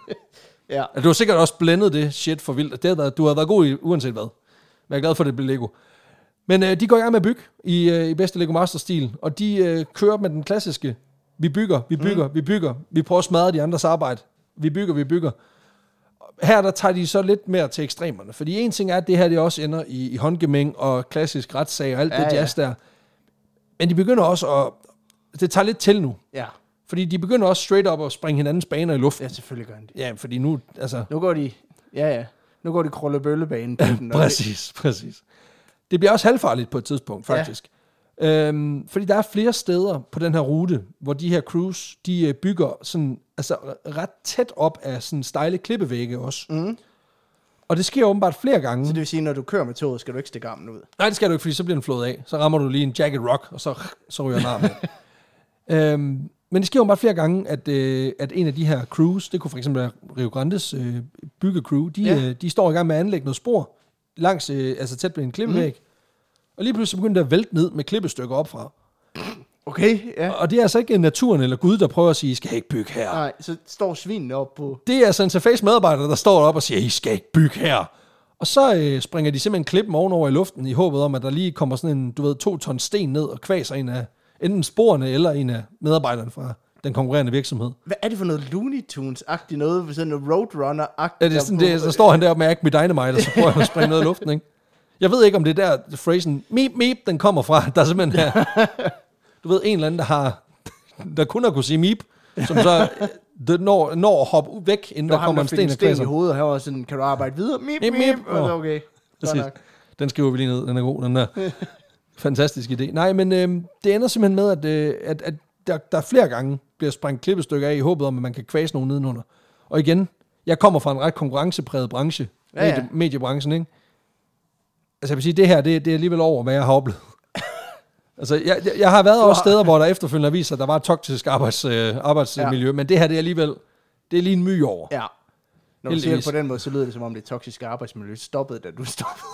Ja. Altså, du har sikkert også blændet det shit for vildt. Det havde været, du har været god i uanset hvad. Men jeg er glad for, at det blev Lego. Men øh, de går i gang med at bygge i, øh, i bedste Lego Masters-stil, og de øh, kører med den klassiske, vi bygger, vi bygger, mm. vi bygger, vi prøver at smadre de andres arbejde, vi bygger, vi bygger. Her der tager de så lidt mere til ekstremerne, fordi en ting er, at det her det også ender i, i håndgemæng og klassisk retssag og alt ja, det jazz ja. Der. Men de begynder også at, det tager lidt til nu. Ja. Fordi de begynder også straight up at springe hinandens baner i luften. Ja, selvfølgelig gør de det. Ja, fordi nu, altså... Nu går de, ja ja, nu går de krøllebøllebanen på den. præcis, præcis. Det bliver også halvfarligt på et tidspunkt, faktisk. Ja. Øhm, fordi der er flere steder på den her rute, hvor de her crews, de bygger sådan, altså ret tæt op af sådan stejle klippevægge også. Mm. Og det sker åbenbart flere gange. Så det vil sige, når du kører med toget, skal du ikke stikke armen ud? Nej, det skal du ikke, fordi så bliver den flået af. Så rammer du lige en jacket rock, og så, så ryger den armen af. øhm, men det sker åbenbart flere gange, at, øh, at en af de her crews, det kunne for eksempel være Rio Grandes øh, byggecrew, de, ja. øh, de står i gang med at anlægge noget spor, langs, øh, altså tæt ved en klippevæg. Mm. Og lige pludselig begynder det at vælte ned med klippestykker op fra. Okay, ja. Og det er altså ikke naturen eller Gud, der prøver at sige, I skal ikke bygge her. Nej, så står svinene op på... Det er Santa Fe's medarbejdere, der står op og siger, I skal ikke bygge her. Og så øh, springer de simpelthen klippen ovenover i luften, i håbet om, at der lige kommer sådan en, du ved, to ton sten ned og kvaser en af enten sporene eller en af medarbejderne fra den konkurrerende virksomhed. Hvad er det for noget Looney Tunes-agtigt noget? Sådan noget Roadrunner-agtigt? Ja, det er sådan, det, så står han deroppe med Acme Dynamite, og så prøver han at springe noget i luften, ikke? Jeg ved ikke, om det er der, phrasen, meep, meep, den kommer fra. Der er simpelthen her, du ved, en eller anden, der har, der kun har kunne sige meep, som så det når, når at hoppe væk, inden der, der kommer en sten og sten i hovedet, og her var sådan, kan du arbejde videre? Meep, meep, meep. Oh, okay. Den skriver vi lige ned, den er god, den der. Fantastisk idé. Nej, men øh, det ender simpelthen med, at, øh, at, at der, der flere gange bliver sprængt klippestykker af i håbet om, at man kan kvæse nogen nedenunder. Og igen, jeg kommer fra en ret konkurrencepræget branche, ja, ja. Medie, mediebranchen, ikke? Altså jeg vil sige, det her, det, det er alligevel over, hvad jeg har oplevet. Altså, jeg, jeg, jeg har været også steder, hvor der efterfølgende viser, at der var et toksisk arbejds, øh, arbejdsmiljø, ja. Men det her, det er alligevel, det er lige en my over. Ja. Når du siger det på den måde, så lyder det som om det toksiske arbejdsmiljø stoppede, da du stoppede.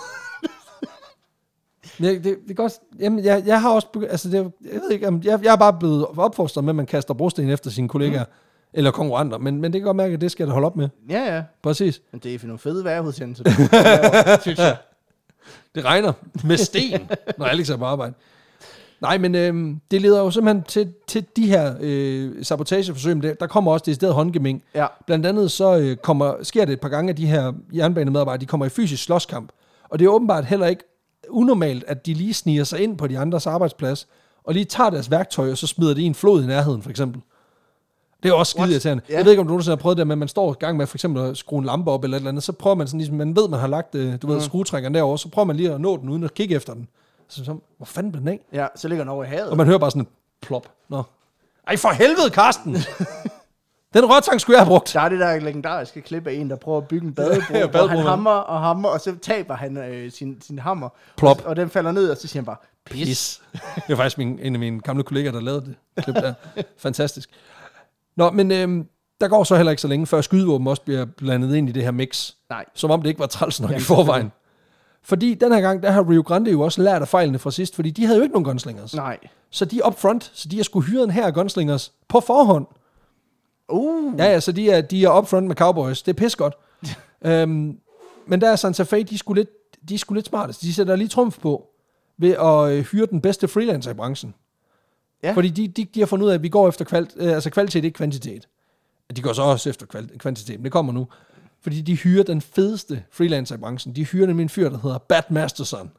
Ja, det, det er godt. Jamen, jeg, jeg har også, altså, det, jeg ved ikke, jeg, jeg er bare blevet opfostret med, at man kaster brosten efter sine kollegaer, mm. eller konkurrenter, men, men det kan godt mærke, at det skal jeg holde op med. Ja, ja. Præcis. Men det er for nogle fede værhudsendelser, synes jeg. Det regner med sten, når Alex er på arbejde. Nej, men øh, det leder jo simpelthen til, til de her øh, sabotageforsøg, men der kommer også decideret håndgemæng. Ja. Blandt andet så øh, kommer, sker det et par gange, at de her jernbanemedarbejdere, de kommer i fysisk slåskamp. Og det er åbenbart heller ikke unormalt, at de lige sniger sig ind på de andres arbejdsplads, og lige tager deres værktøj, og så smider det i en flod i nærheden, for eksempel. Det er også skide irriterende. Yeah. Jeg ved ikke, om du nogensinde har prøvet det, men man står i gang med for eksempel at skrue en lampe op eller et eller andet, så prøver man sådan ligesom, man ved, man har lagt du ved, mm. skruetrækkeren derovre, så prøver man lige at nå den, uden at kigge efter den. Så, så hvor fanden blev den af? Ja, så ligger den over i havet. Og man hører bare sådan en plop. Nå. Ej, for helvede, Karsten! Den rørtang skulle jeg have brugt. Der er det der legendariske klip af en, der prøver at bygge en badebro, ja, hvor han hammer og hammer, og så taber han øh, sin, sin hammer. Plop. Og, og den falder ned, og så siger han bare, pis. pis. Det var faktisk min, en af mine gamle kolleger, der lavede det klip der. Fantastisk. Nå, men øh, der går så heller ikke så længe, før skydevåben også bliver blandet ind i det her mix. Nej. Som om det ikke var træls nok ja, i forvejen. Fordi den her gang, der har Rio Grande jo også lært af fejlene fra sidst, fordi de havde jo ikke nogen gunslingers. Nej. Så de er up front, så de har skulle hyre en her gunslingers på forhånd. Uh. Ja, ja, så de er, de er up front med Cowboys. Det er pis godt. øhm, men der er Santa Fe, de er sgu lidt, de er sgu lidt smarte. De sætter lige trumf på ved at øh, hyre den bedste freelancer i branchen. Ja. Fordi de, de, de har fundet ud af, at vi går efter kvali- øh, altså kvalitet, ikke kvantitet. De går så også efter kvali- kvantitet, men det kommer nu. Fordi de hyrer den fedeste freelancer i branchen. De hyrer nemlig en fyr, der hedder Bat Masterson.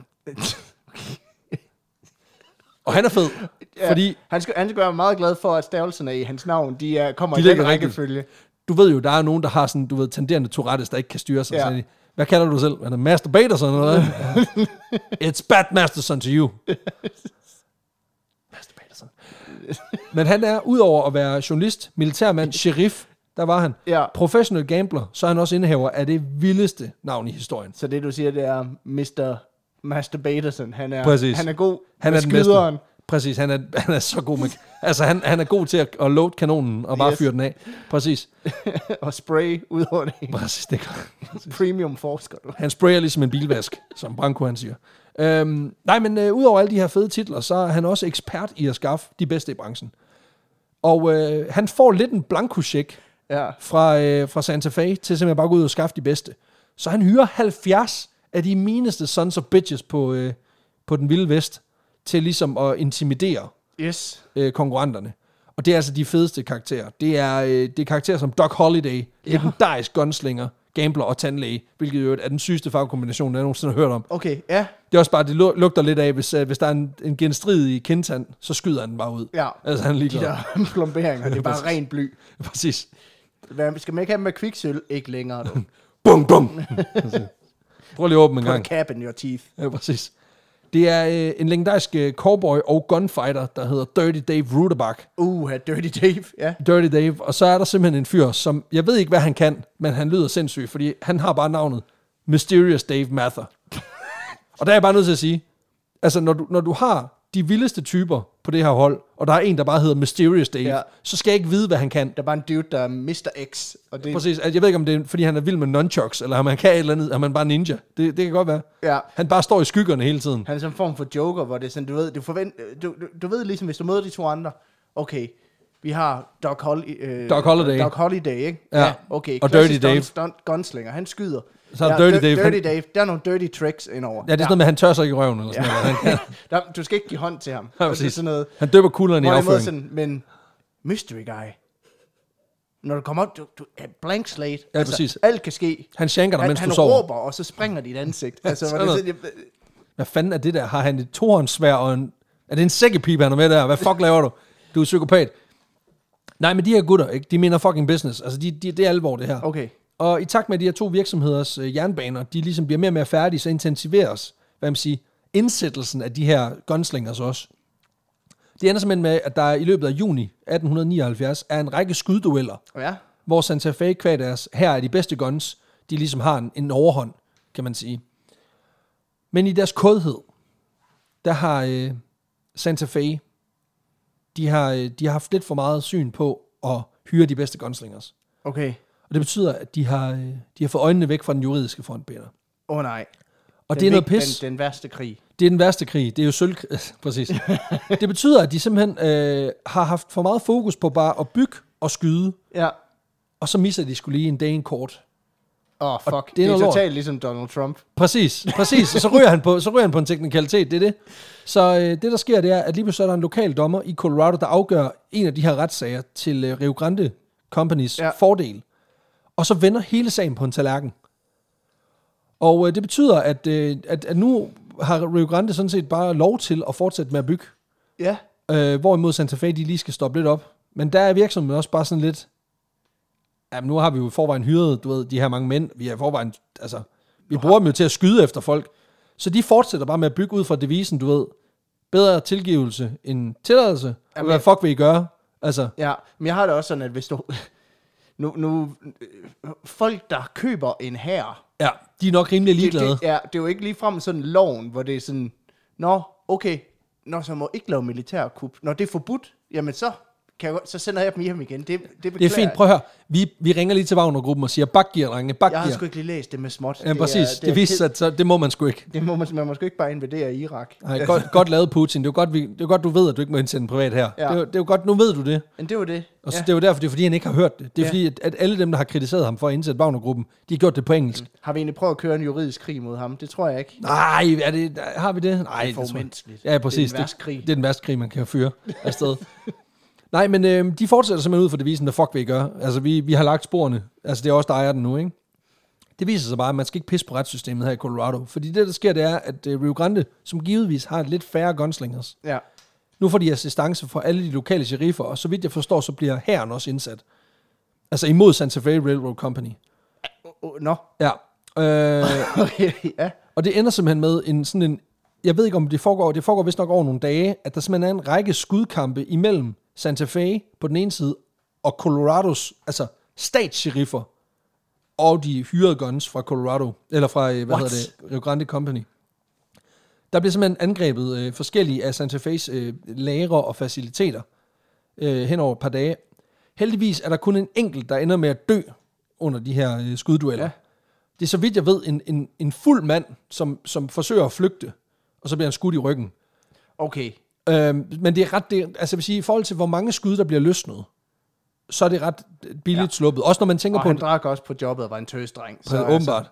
Og han er fed. Ja, fordi han skal, han skal være meget glad for, at stavelserne i hans navn, de er, kommer de i den rækkefølge. Du ved jo, der er nogen, der har sådan, du ved, tenderende Tourettes, der ikke kan styre sig. Ja. Så de, hvad kalder du selv? Er det Master Baterson eller hvad? It's Bat Masterson to you. Master Baterson. Men han er, udover at være journalist, militærmand, sheriff, der var han. Ja. Professional gambler, så er han også indehaver af det vildeste navn i historien. Så det, du siger, det er mister Master Baterson. Han er, Præcis. han er god han med er skyderen. Præcis, han er, han er så god med... altså, han, han er god til at, at load kanonen og bare yes. fyre den af. Præcis. Og spray ud over det. Præcis, det er Præcis. Premium forsker du. Han sprayer ligesom en bilvask, som Branko han siger. Øhm, nej, men øh, udover alle de her fede titler, så er han også ekspert i at skaffe de bedste i branchen. Og øh, han får lidt en blanko-check ja. fra, øh, fra Santa Fe til simpelthen bare gå ud og skaffe de bedste. Så han hyrer halvfjerds af de meaneste sons of bitches på, øh, på den vilde vest til ligesom at intimidere yes. øh, konkurrenterne. Og det er altså de fedeste karakterer. Det er, øh, det er karakterer som Doc Holliday, ja. legendarisk gunslinger, gambler og tandlæge, hvilket jo er den sygeste fagkombination, jeg nogensinde har hørt om. Okay, ja. Det er også bare, det lugter lidt af, hvis, hvis der er en, en genstridig kindtand, så skyder han den bare ud. Ja, altså, han de der plomberinger, det er bare ren bly. Præcis. Skal man ikke have med kviksøl? Ikke længere, du. Bum, bum! Prøv lige at åbne en gang. Put a cap in your teeth. Ja, præcis. Det er øh, en legendarisk øh, cowboy og gunfighter, der hedder Dirty Dave Ruderbach. Uh, Dirty Dave, ja. Yeah. Dirty Dave. Og så er der simpelthen en fyr, som, jeg ved ikke, hvad han kan, men han lyder sindssyg, fordi han har bare navnet Mysterious Dave Mather. Og der er jeg bare nødt til at sige, altså når du, når du har de vildeste typer på det her hold, og der er en, der bare hedder Mysterious Dave, ja. så skal jeg ikke vide, hvad han kan. Der er bare en dude, der er mister X. Og det... Præcis. Jeg ved ikke, om det er, fordi han er vild med nunchucks, eller om han kan et eller andet, om han bare ninja. Det, det kan godt være. Ja. Han bare står i skyggerne hele tiden. Han er sådan en form for joker, hvor det er sådan, du ved, du, forvent, du, du, du ved ligesom, hvis du møder de to andre, okay, vi har Doc, Hol- øh, Doc Holliday. Doc Holliday, ikke? Ja, ja okay. Og Dirty Dave. Stunt, gunslinger, han skyder. Så ja, Dirty, Dave, Dirty Dave, der er nogle dirty tricks indover. Ja, det er sådan noget med, han tør sig ikke i røven, eller sådan ja. noget. der, du skal ikke give hånd til ham. Ja, det er sådan noget, han døber kuglerne i afføringen. Sådan, men mystery guy. Når du kommer op, du, du er blank slate. Ja, altså, præcis. Alt kan ske. Han shanker dig, han, mens han du sover. Han råber, og så springer dit ansigt. Altså, Sådan var det sådan, jeg, hvad fanden er det der? Har han et tohåndssværd og en... Er det en sækkepipe, han er med der? Hvad fuck laver du? Du er psykopat. Nej, men de her gutter, ikke? De mener fucking business. Altså, de, de, det er alvor, det her. Okay. Og i takt med, at de her to virksomheders øh, jernbaner, de ligesom bliver mere og mere færdige, så intensiveres, hvad man siger, indsættelsen af de her gunslingers også. Det ender simpelthen med, at der i løbet af juni atten nioghalvfjerds er en række skuddueller, ja. hvor Santa Fe kvad deres, her er de bedste guns, de ligesom har en, en overhånd, kan man sige. Men i deres kodhed, der har øh, Santa Fe, de har, øh, de har haft lidt for meget syn på at hyre de bedste gunslingers. Okay. Og det betyder, at de har, øh, de har fået øjnene væk fra den juridiske front, Peter. Åh oh, nej. Og den det er noget vig, pis. Den, den værste krig. Det er den værste krig. Det er jo sølv... Præcis. Det betyder, at de simpelthen øh, har haft for meget fokus på bare at bygge og skyde. Ja. Og så misser de skulle lige en dag en kort. Åh, oh, fuck. Og det det er, er det er totalt ligesom Donald Trump. Præcis, præcis. Og så ryger han på, så ryger han på en teknikalitet, det er det. Så øh, det, der sker, det er, at lige pludselig er der en lokal dommer i Colorado, der afgør en af de her retssager til øh, Rio Grande Companys ja. fordel. Og så vender hele sagen på en tallerken. Og øh, det betyder, at, øh, at, at nu har Rio Grande sådan set bare lov til at fortsætte med at bygge. Ja. Øh, hvorimod Santa Fe, de lige skal stoppe lidt op. Men der er virksomheden også bare sådan lidt... Jamen, nu har vi jo i forvejen hyret, du ved, de her mange mænd. Vi har i forvejen... Altså, vi bruger dem jo til at skyde efter folk. Så de fortsætter bare med at bygge ud fra devisen, du ved. Bedre tilgivelse end tilladelse. Jamen, hvad fuck vil I gøre? Altså... Ja, men jeg har det også sådan, at hvis du... Nu, nu, folk, der køber en hær... Ja, de er nok rimelig ligeglade. Det, det, ja, det er jo ikke ligefrem sådan loven, hvor det er sådan... Nå, okay, når så må ikke lave militærkup. Når det er forbudt, jamen så... Kan jeg, så sender jeg dem hjem igen. Det, det, det er fint, prøv at høre. Vi, vi ringer lige til Wagner-gruppen og siger, bakgear, drenge, bakgear. Jeg har sgu ikke lige læst det med småt. Ja, præcis. Det, det, det viser sig, at så, det må man sgu ikke. Det må man, man må sgu ikke bare invadere Irak. Nej, godt, godt lavet, Putin. Det er jo godt, vi, det er godt, du ved, at du ikke må indsende privat her. Ja. Det, er, det er jo godt, nu ved du det. Men det var det. Og så, ja. Det er jo derfor, det er fordi, han ikke har hørt det. Det er ja. fordi, at, at alle dem, der har kritiseret ham for at indsætte Wagner-gruppen, de har gjort det på engelsk. Mm. Har vi egentlig prøvet at køre en juridisk krig mod ham? Det tror jeg ikke. Nej, er det, har vi det? Nej, det er for umenneskeligt. Ja, præcis. Det er den værste krig. Det, det er den værste krig, man kan fyre afsted. Nej, men øh, de fortsætter simpelthen ud for devisen, hvad fuck vil I gøre? Altså, vi, vi har lagt sporene. Altså, det er også der ejer den nu, ikke? Det viser sig bare, at man skal ikke pisse på retssystemet her i Colorado. Fordi det, der sker, det er, at øh, Rio Grande, som givetvis har et lidt færre gunslingers, ja. nu får de assistance fra alle de lokale sheriffer, og så vidt jeg forstår, så bliver hæren også indsat. Altså imod Santa Fe Railroad Company. Nå. Uh, no. Ja. Øh, okay, ja. Og det ender simpelthen med en sådan en... Jeg ved ikke, om det foregår... Det foregår vist nok over nogle dage, at der simpelthen er en række skudkampe imellem Santa Fe på den ene side, og Colorados, altså statssheriffer, og de hyrede guns fra Colorado, eller fra, hvad What? hedder det, Rio Grande Company. Der bliver simpelthen angrebet øh, forskellige af Santa Fe's øh, lagre og faciliteter øh, hen over et par dage. Heldigvis er der kun en enkelt, der ender med at dø under de her øh, skuddueller. Ja. Det er så vidt jeg ved en, en, en fuld mand, som, som forsøger at flygte, og så bliver han skudt i ryggen. Okay. Øhm, men det er ret, det, altså jeg vil sige, i forhold til hvor mange skud, der bliver løsnet, så er det ret billigt ja. sluppet. Også når man tænker og på... Og han drak også på jobbet og var en tøsdreng. Så altså. Åbenbart.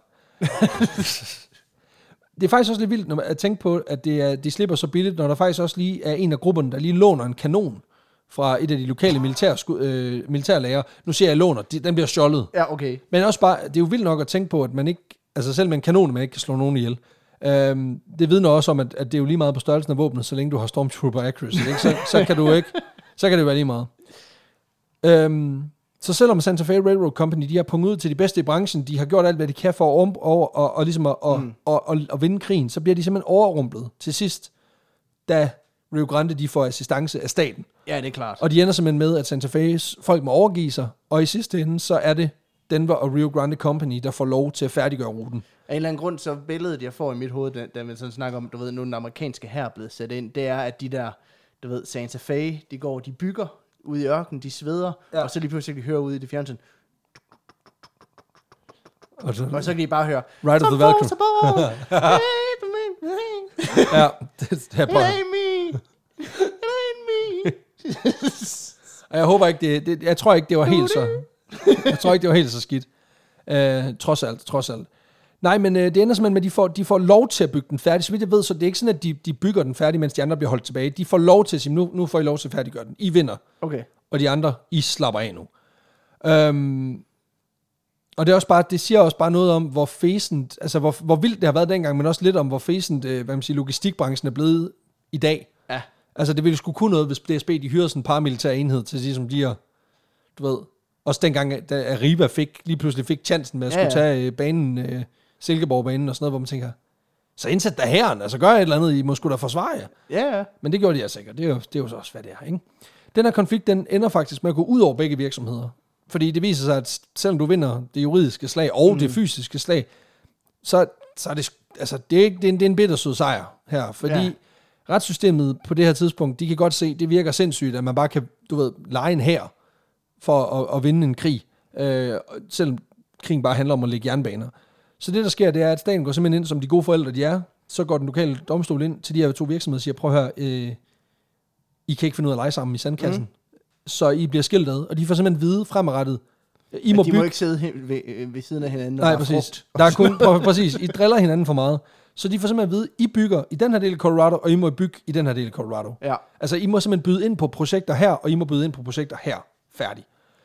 Det er faktisk også lidt vildt når man, at tænke på, at det er, de slipper så billigt, når der faktisk også lige er en af grupperne, der lige låner en kanon fra et af de lokale militær, øh, militærlager. Nu siger jeg låner, de, den bliver stjålet. Ja, okay. Men også bare, det er jo vildt nok at tænke på, at man ikke, altså selv med en kanon, man ikke kan slå nogen ihjel. Øhm, det vidner også om, at, at det er jo lige meget på størrelsen af våbnet, så længe du har Stormtrooper accuracy, ikke? Så, så kan du ikke, så kan det jo være lige meget. Øhm, så selvom Santa Fe Railroad Company, de har punget ud til de bedste i branchen, de har gjort alt, hvad de kan for at, over, og, og ligesom at, og, mm. og, og, og vinde krigen, så bliver de simpelthen overrumplet til sidst, da Rio Grande, de får assistance af staten. Ja, det er klart. Og de ender simpelthen med, at Santa Fe's folk må overgive sig, og i sidste ende, så er det Denver og Rio Grande Company, der får lov til at færdiggøre ruten. Af en eller anden grund, så billedet, jeg får i mit hoved, da, da man sådan snakker om, du ved, nu den amerikanske hær er blevet sat ind, det er, at de der, du ved, Santa Fe, de går, de bygger ude i ørkenen, de sveder, ja. Og så lige pludselig de hører ude i det fjernsyn. Og så, og så kan de bare høre, Right of the Valkyrie. Ja, det er bare... It ain't me. It ain't me. Jeg håber ikke, det, det, jeg tror ikke, det var helt så... Jeg tror ikke, det var helt så skidt. Uh, trods alt, trods alt. Nej, men uh, det ender simpelthen med, at de får, de får lov til at bygge den færdig. Så vidt jeg ved, så det er ikke sådan, at de, de bygger den færdig, mens de andre bliver holdt tilbage. De får lov til at sige, nu, nu får I lov til at færdiggøre den. I vinder. Okay. og de andre, I slapper af nu. Øhm, og det er også bare, det siger også bare noget om, hvor fæsent, altså hvor, hvor vildt det har været dengang, men også lidt om, hvor fæsent, øh, hvad man siger, logistikbranchen er blevet i dag. Ja. Altså det ville sgu kunne noget, hvis D S B, de hyrede sådan en paramilitær enhed til at sige, som de er, du ved, også dengang, da Arriva fik, lige pludselig fik chancen med at ja, skulle ja. tage banen, øh, Silkeborg-banen og sådan noget, hvor man tænker, så indsæt der herren, altså gør et eller andet, I må sgu da forsvare jer. Ja, ja. Men det gjorde de altså ikke, og det er, jo, det er jo så også, hvad det er, ikke? Den her konflikt, den ender faktisk med at gå ud over begge virksomheder. Fordi det viser sig, at selvom du vinder det juridiske slag og mm. det fysiske slag, så, så er det, altså, det er, ikke, det er, en, det er en bittersød sejr her, fordi ja. Retssystemet på det her tidspunkt, de kan godt se, det virker sindssygt, at man bare kan, du ved, lege en hær for at, at vinde en krig, øh, selvom krigen bare handler om at lægge jernbaner. Så det, der sker, det er, at staten går simpelthen ind, som de gode forældre, de er, så går den lokale domstol ind til de her to virksomheder og siger, prøv at høre, øh, I kan ikke finde ud af at lege sammen i sandkassen, mm. så I bliver skilt ad, og de får simpelthen vide fremadrettet, I må de bygge... må ikke sidde hen ved, ved siden af hinanden, Nej, præcis. Der er kun, prøv, præcis, I driller hinanden for meget. Så de får simpelthen at vide, I bygger i den her del af Colorado, og I må bygge i den her del af Colorado. Ja. Altså, I må simpelthen byde ind på projekter her, og I må byde ind på projekter her. Færdig.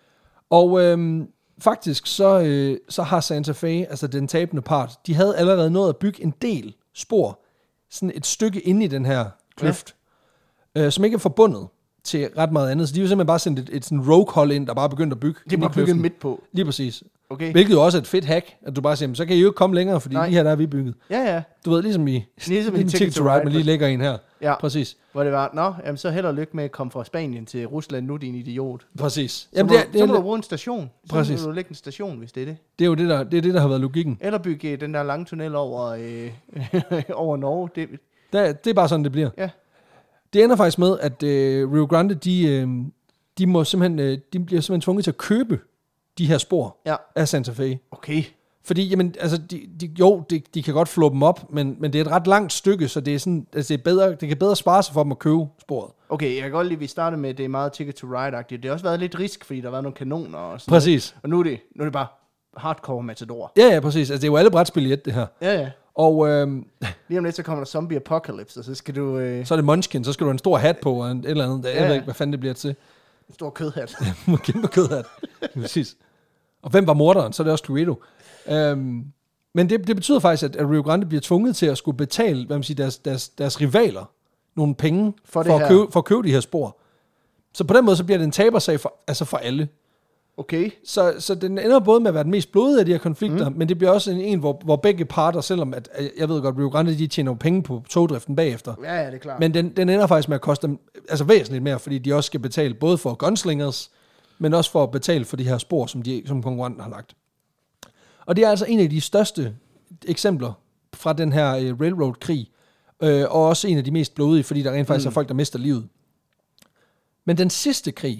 Og øhm, faktisk, så, øh, så har Santa Fe, altså den tabende part, de havde allerede nået at bygge en del spor, sådan et stykke inde i den her kløft, ja. øh, som ikke er forbundet til ret meget andet. Så de har simpelthen bare sendt et, et sådan rogue-hold ind, der bare begyndte at bygge. De bare bygget midt på. Lige præcis. Okay. Hvilket jo også er et fedt hack, at du bare siger, så kan I jo ikke komme længere, fordi Nej. lige her der er vi bygget. Ja, ja. Du ved, ligesom i ligesom i Ticket to Ride, man lige lægger en her. Ja. Præcis. Hvor det var, nå, jamen så held og lykke med at komme fra Spanien til Rusland nu, din idiot. Præcis. Så, Jamen, må, det er, du, det er, så må du bruge en station. Så præcis. må du lægge en station, hvis det er det. Det er jo det, der, det, er det, der har været logikken. Eller bygge den der lange tunnel over, øh, over Norge. Det, der, det er bare sådan, det bliver. Ja. Det ender faktisk med, at øh, Rio Grande, de, øh, de, må simpelthen, øh, de bliver simpelthen tvunget til at købe de her spor ja. af Santa Fe. Okay. Fordi, jamen, altså, de, de, jo, de, de kan godt flå dem op, men, men det er et ret langt stykke, så det er sådan, altså, det, er bedre, det kan bedre spare sig for dem at købe sporet. Okay, jeg kan godt lide, at vi startede med, at det er meget Ticket to Ride-agtigt. Det har også været lidt risk, fordi der har været nogle kanoner og sådan Præcis. noget. Og nu er, det, nu er det bare hardcore matador. Ja, ja, præcis. Altså, det er jo alle brætspil i et, det her. Ja, ja. Og øhm, lige om lidt, så kommer der zombie apocalypse, og så skal du... Øh... Så er det Munchkin, så skal du have en stor hat på, og en, et eller andet. Jeg ja, ja. ved ikke, hvad fanden det bliver til. En stor kødhat. En kæmpe kødhat. Præcis. Og hvem var morderen? Så er det også Cluedo. Øhm, men det, det betyder faktisk, at Rio Grande bliver tvunget til at skulle betale, hvad man siger, deres, deres, deres rivaler nogle penge for, for, at købe, for at købe de her spor. Så på den måde, så bliver det en tabersag for, altså for alle. Okay. Så, så den ender både med at være den mest blodige af de her konflikter, mm. men det bliver også en, en hvor, hvor begge parter, selvom at, jeg ved godt, Rio Grande, de tjener penge på togdriften bagefter. Ja, ja, det er klart. Men den, den ender faktisk med at koste dem altså væsentligt mere, fordi de også skal betale både for gunslingers, men også for at betale for de her spor, som, de, som konkurrenten har lagt. Og det er altså en af de største eksempler fra den her uh, railroad-krig, øh, og også en af de mest blodige, fordi der rent faktisk mm. er folk, der mister livet. Men den sidste krig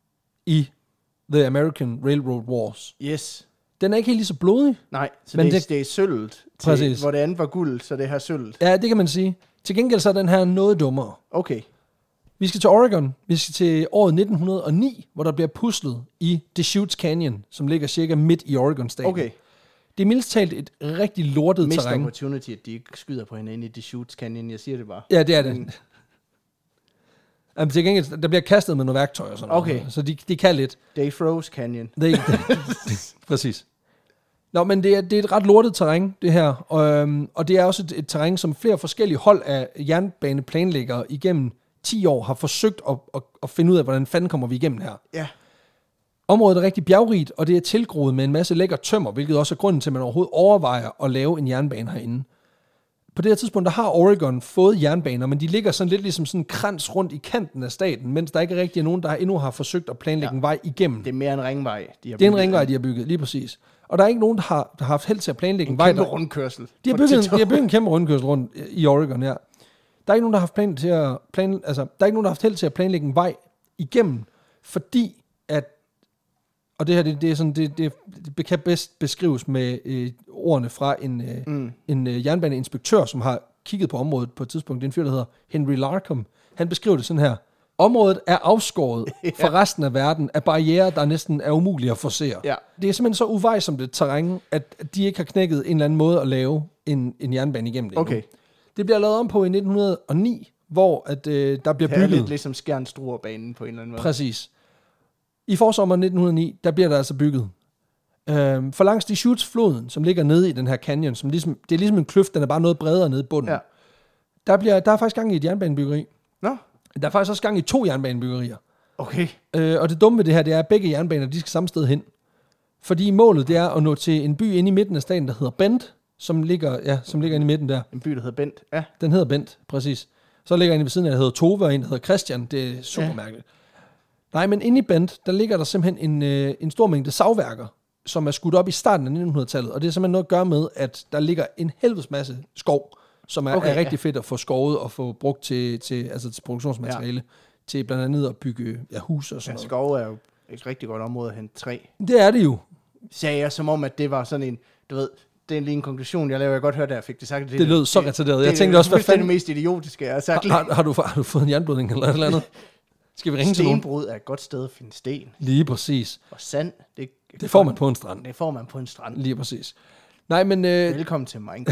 i The American Railroad Wars, yes. den er ikke helt lige så blodig. Nej, så men det, er, det, det er sølvet, præcis. Hvor det andet var guld, så det her sølvet. Ja, det kan man sige. Til gengæld så er den her noget dummere. Okay. Vi skal til Oregon. Vi skal til året nitten hundrede og ni, hvor der bliver puslet i Deschutes Canyon, som ligger cirka midt i Oregon-staten. Okay. Det er mildest talt et rigtig lortet Missed terræn. opportunity, at de ikke skyder på hinanden i Deschutes Canyon. Jeg siger det bare. Ja, det er det. Mm. Jamen, til gengæld, der bliver kastet med noget værktøj og sådan okay. noget. Så de, de kan lidt. They froze Canyon. They, præcis. Nå, men det er, det er et ret lortet terræn, det her. Og, øhm, og det er også et, et terræn, som flere forskellige hold af jernbaneplanlæggere igennem ti år har forsøgt at, at, at finde ud af, hvordan fanden kommer vi igennem her. Ja. Området er rigtig bjergrigt, og det er tilgroet med en masse lækker tømmer, hvilket også er grunden til, at man overhovedet overvejer at lave en jernbane herinde. På det her tidspunkt, der har Oregon fået jernbaner, men de ligger sådan lidt ligesom sådan en krans rundt i kanten af staten, mens der ikke rigtig er nogen, der endnu har forsøgt at planlægge ja. en vej igennem. Det er mere en ringvej, de har Det er en ringvej, de har bygget, lige præcis. Og der er ikke nogen, der har, der har haft held til at planlægge en, en vej. En kæmpe rundkørsel. De har, bygget, de har bygget en kæmpe rundkørsel rundt i Oregon, ja. Der er ikke nogen, der har haft plan til at plan, altså, der er ikke nogen, der har haft held til at planlægge en vej igennem, fordi at, og det her, det, det er sådan, det, det, det kan bedst beskrives med øh, ordene fra en, øh, mm. en øh, jernbaneinspektør, som har kigget på området på et tidspunkt. Det er en fyr, der hedder Henry Larcom. Han beskriver det sådan her. Området er afskåret ja. fra resten af verden af barrierer, der næsten er umulige at forsere. Ja. Det er simpelthen så uvejsomt et terræn, at de ikke har knækket en eller anden måde at lave en, en jernbane igennem det. Okay. Det bliver lavet om på i nitten hundrede og ni, hvor at, øh, der bliver bygget... Det er lidt ligesom Skjernstruerbanen på en eller anden måde. Præcis. I forsommeren nitten hundrede og ni, der bliver der altså bygget. Øhm, for langs Deschutes-floden, som ligger nede i den her canyon, som ligesom, det er ligesom en kløft, den er bare noget bredere nede i bunden. Ja. Der, bliver, der er faktisk gang i et jernbanebyggeri. Nå? Der er faktisk også gang i to jernbanebyggerier. Okay. Øh, og det dumme ved det her, det er, at begge jernbaner, de skal samme sted hen. Fordi målet, det er at nå til en by inde i midten af staten, der hedder Bend, som ligger, ja, som ligger inde i midten der. En by, der hedder Bend, ja. Den hedder Bend, præcis. Så ligger inde ved siden af, der hedder Tove, og en, der hedder Christian. Det er super ja. mærkeligt. Nej, men inde i Bend, der ligger der simpelthen en, øh, en stor mængde savværker, som er skudt op i starten af nitten hundrede-tallet. Og det er simpelthen noget at gøre med, at der ligger en helvedes masse skov, som er, okay, er rigtig ja. fedt at få skovet og få brugt til, til, altså til produktionsmateriale. Ja. Til blandt andet at bygge ja, hus og sådan ja, noget. Skov er jo et rigtig godt område at hente træ. Det er det jo. Sagde jeg som om, at det var sådan en, du ved, det er lige en konklusion, jeg laver. Jeg godt høre, da jeg fik det sagt. Det, det lød så retarderet. Jeg det, tænkte også, hvad fanden... Det er det mest idiotiske, jeg har sagt. Har, har, har, du, har du fået en jernblødning eller et eller andet? Skal vi ringe til nogen? Stenbrud er et godt sted at finde sten. Lige præcis. Og sand, det, det får man på en strand. Det får man på en strand. Lige præcis. Nej, men... Øh... Velkommen til mig.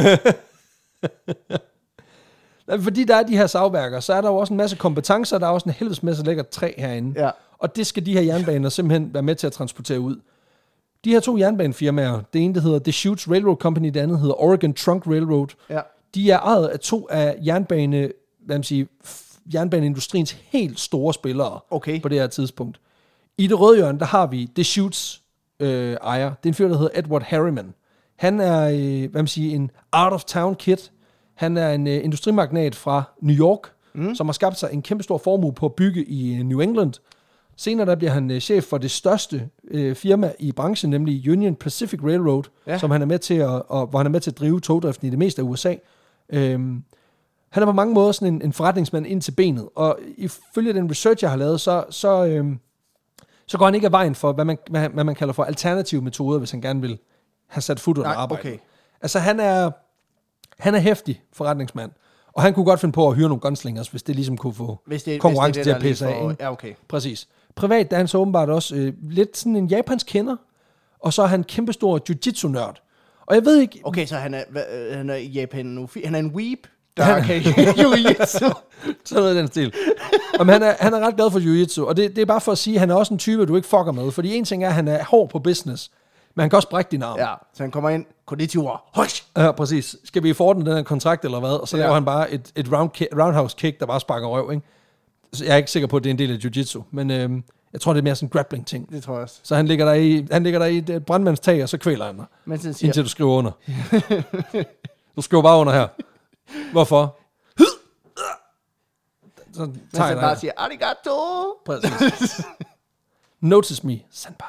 Fordi der er de her savværker, så er der jo også en masse kompetencer, der er også en helvedes masse lækkert træ herinde. Ja. Og det skal de her jernbaner simpelthen være med til at transportere ud. De her to jernbanefirmaer, det ene der hedder Deschutes Railroad Company, det andet hedder Oregon Trunk Railroad. Ja. De er ejet af to af jernbane, hvad man siger, jernbaneindustriens helt store spillere okay. på det her tidspunkt. I det røde hjørne, der har vi Deschutes øh, ejer. Det er en fyr, der hedder Edward Harriman. Han er, øh, hvad man siger, en out-of-town kid. Han er en øh, industrimagnat fra New York, mm. som har skabt sig en kæmpe stor formue på at bygge i øh, New England. Senere der bliver han øh, chef for det største øh, firma i branchen, nemlig Union Pacific Railroad, ja. som han er med til at, og, hvor han er med til at drive togdriften i det meste af U S A. Øhm, han er på mange måder sådan en, en forretningsmand ind til benet, og ifølge den research, jeg har lavet, så, så, øhm, så går han ikke af vejen for, hvad man, hvad, hvad man kalder for alternative metoder, hvis han gerne vil have sat fod under arbejde. Okay. Altså han er, han er heftig forretningsmand, og han kunne godt finde på at hyre nogle gunslingers, hvis det ligesom kunne få det, konkurrence til at pisse af. Ja, okay. Præcis. Privat der er han så åbenbart også øh, lidt sådan en japansk kender, og så er han kæmpestor jiu-jitsu-nørd. Og jeg ved ikke... Okay, så han er, hva, han er i Japan nu. Han er en weeb, der han, kan jiu-jitsu. Sådan noget i den stil. Og han er, han er ret glad for jiu-jitsu, og det, det er bare for at sige, at han er også en type, du ikke fucker med. Fordi en ting er, at han er hård på business, men han kan også brække din arm. Ja, så han kommer ind, konnichiwa, hush! Ja, præcis. Skal vi forordne den her kontrakt eller hvad? Og så ja. laver han bare et, et round ki- roundhouse kick, der bare sparker røv, ikke? Så jeg er ikke sikker på, at det er en del af jiu-jitsu, men øhm, jeg tror, det er mere sådan en grappling-ting. Det tror jeg også. Så han ligger der i, han ligger der i et brandmandstag, og så kvæler han dig. Siger... Indtil du skriver under. Du skriver bare under her. Hvorfor? Så tager jeg bare siger, arigato! Præcis. Notice me, senpai.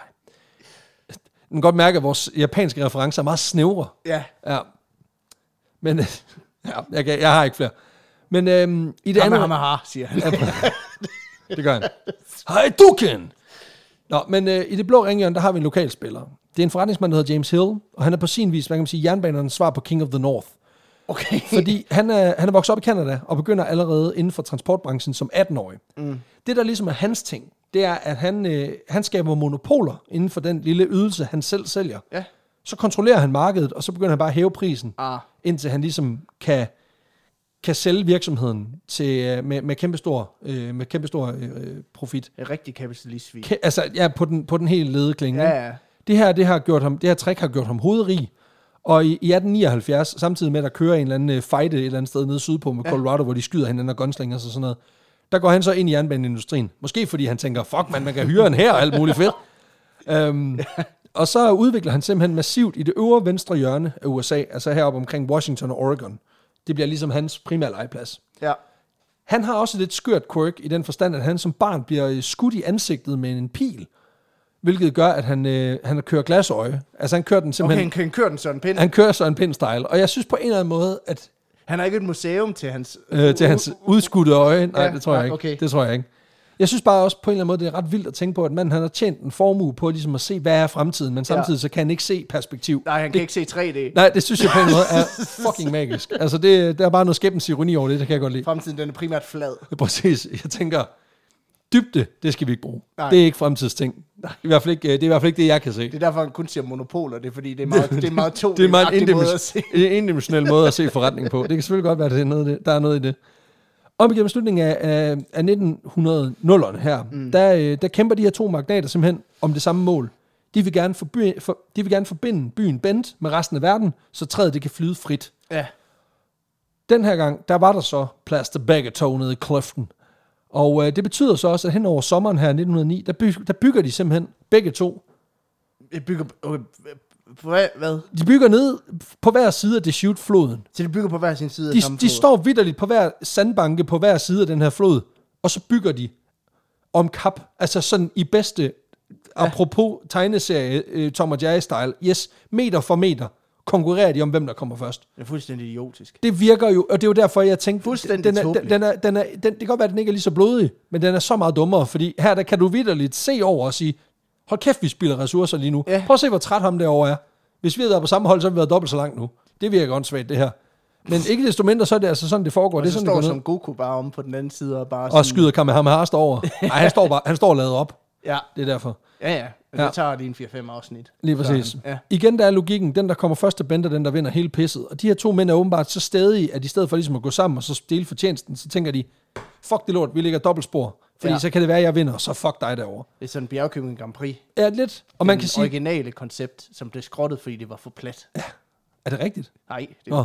Man kan godt mærke, at vores japanske referencer er meget snævre. Ja. Ja. Men, ja, jeg, jeg har ikke flere. Men øhm, i det ham andet... Ham ha, siger han. Det gør han. Hej, Duken! Nå, men øh, i det blå ringhjørne, der har vi en lokalspiller. Det er en forretningsmand, der hedder James Hill, og han er på sin vis, hvad kan man sige, jernbanernes svar på King of the North. Okay. Fordi han er, han er vokset op i Canada, og begynder allerede inden for transportbranchen som atten-årig. Mm. Det, der ligesom er hans ting, det er, at han, øh, han skaber monopoler inden for den lille ydelse, han selv sælger. Ja. Så kontrollerer han markedet, og så begynder han bare at hæve prisen, ah. indtil han ligesom kan... kan sælge virksomheden til, med, med kæmpestor, øh, med kæmpestor øh, profit. En rigtig kapitalistsvig. Kæ- altså, ja, på den, på den hele ledeklinge. Ja, ja. Det her, det har gjort ham, det her trick har gjort ham hovedrig, og i, i atten nioghalvfjerds, samtidig med, at der kører en eller anden fight et eller andet sted nede sydpå med ja. Colorado, hvor de skyder hinanden og gunslingers og sådan noget, der går han så ind i jernbaneindustrien. Måske fordi han tænker, fuck man, man kan hyre en her og alt muligt fedt. um, ja. Og så udvikler han simpelthen massivt i det øvre venstre hjørne af U S A, altså heroppe omkring Washington og Oregon. Det bliver ligesom hans primære legeplads. Ja. Han har også et lidt skørt quirk i den forstand, at han som barn bliver skudt i ansigtet med en pil, hvilket gør, at han, øh, han kører glasøje. Altså han kører den simpelthen... Okay, han kører den Søren Pind. Han kører Søren Pind-style. Og jeg synes på en eller anden måde, at... Han har ikke et museum til hans... Øh, til hans udskudte øje. Nej, ja, det tror jeg ikke. Okay. Det tror jeg ikke. Jeg synes bare også på en eller anden måde, det er ret vildt at tænke på, at manden han har tjent en formue på ligesom at se, hvad er fremtiden, men samtidig ja. så kan han ikke se perspektiv. Nej, han kan det, ikke se tre D. Nej, det synes jeg på en måde er fucking magisk. Altså, det, der er bare noget skæbnens ironi over det, det kan jeg godt lide. Fremtiden, den er primært flad. Præcis. Jeg tænker, dybde, det skal vi ikke bruge. Nej. Det er ikke fremtidsting. I hvert fald ikke, det er i hvert fald ikke det, jeg kan se. Det er derfor, han kun siger monopoler, det er fordi, det er meget, det er meget to. Det er meget en indimensionel måde at se forretningen på. Det kan selvfølgelig godt være, at det er noget, der er noget i det. Om igennem slutningen af, af, af nitten hundrede her, mm. der, øh, der kæmper de her to magnater simpelthen om det samme mål. De vil gerne, forby, for, de vil gerne forbinde byen Bend med resten af verden, så træet det kan flyde frit. Ja. Den her gang, der var der så plads til begge to nede i kløften. Og øh, det betyder så også, at hen over sommeren her nitten hundrede og ni, der, by, der bygger de simpelthen begge to. Jeg bygger okay, på hvad, hvad? De bygger ned på hver side af Deschutes-floden. Så de bygger på hver sin side af De, samme de flod? står vitterligt på hver sandbanke på hver side af den her flod, og så bygger de om kap, altså sådan i bedste, ja. apropos tegneserie, uh, Tom og Jerry-style, yes, meter for meter, konkurrerer de om, hvem der kommer først. Det er fuldstændig idiotisk. Det virker jo, og det er jo derfor, jeg tænkte, fuldstændig den er, den, den er, den er, den, det kan godt være, at den ikke er lige så blodig, men den er så meget dummere, fordi her der kan du vitterligt se over og sige, hold kæft, vi spilder ressourcer lige nu. Ja. Prøv at se, hvor træt ham derovre er. Hvis vi havde været på samme hold, så havde vi været dobbelt så langt nu. Det virker åndssvagt, det her. Men ikke desto mindre, så er det altså sådan, det foregår. Og det er så sådan, står det som Goku bare om på den anden side og bare og sådan... skyder Kamehameha over. Nej, han står bare, han står lavet op. Ja. Det er derfor. Ja, ja. Men Ja. det tager lige en fire fem afsnit. Lige præcis. Ja. Igen, der er logikken. Den, der kommer først til Bender, den, der vinder hele pisset. Og de her to mænd er åbenbart så stadige, at i stedet for ligesom at gå sammen og så dele fortjenesten, så tænker de, fuck det lort, vi ligger dobbeltspor. Fordi Ja. så kan det være, at jeg vinder, så fuck dig derovre. Det er sådan en bjergkøbing Grand Prix. Ja, lidt. Og man kan sige... originale koncept, som blev skrottet, fordi det var for plat. Ja. Er det rigtigt? Nej, det Nå.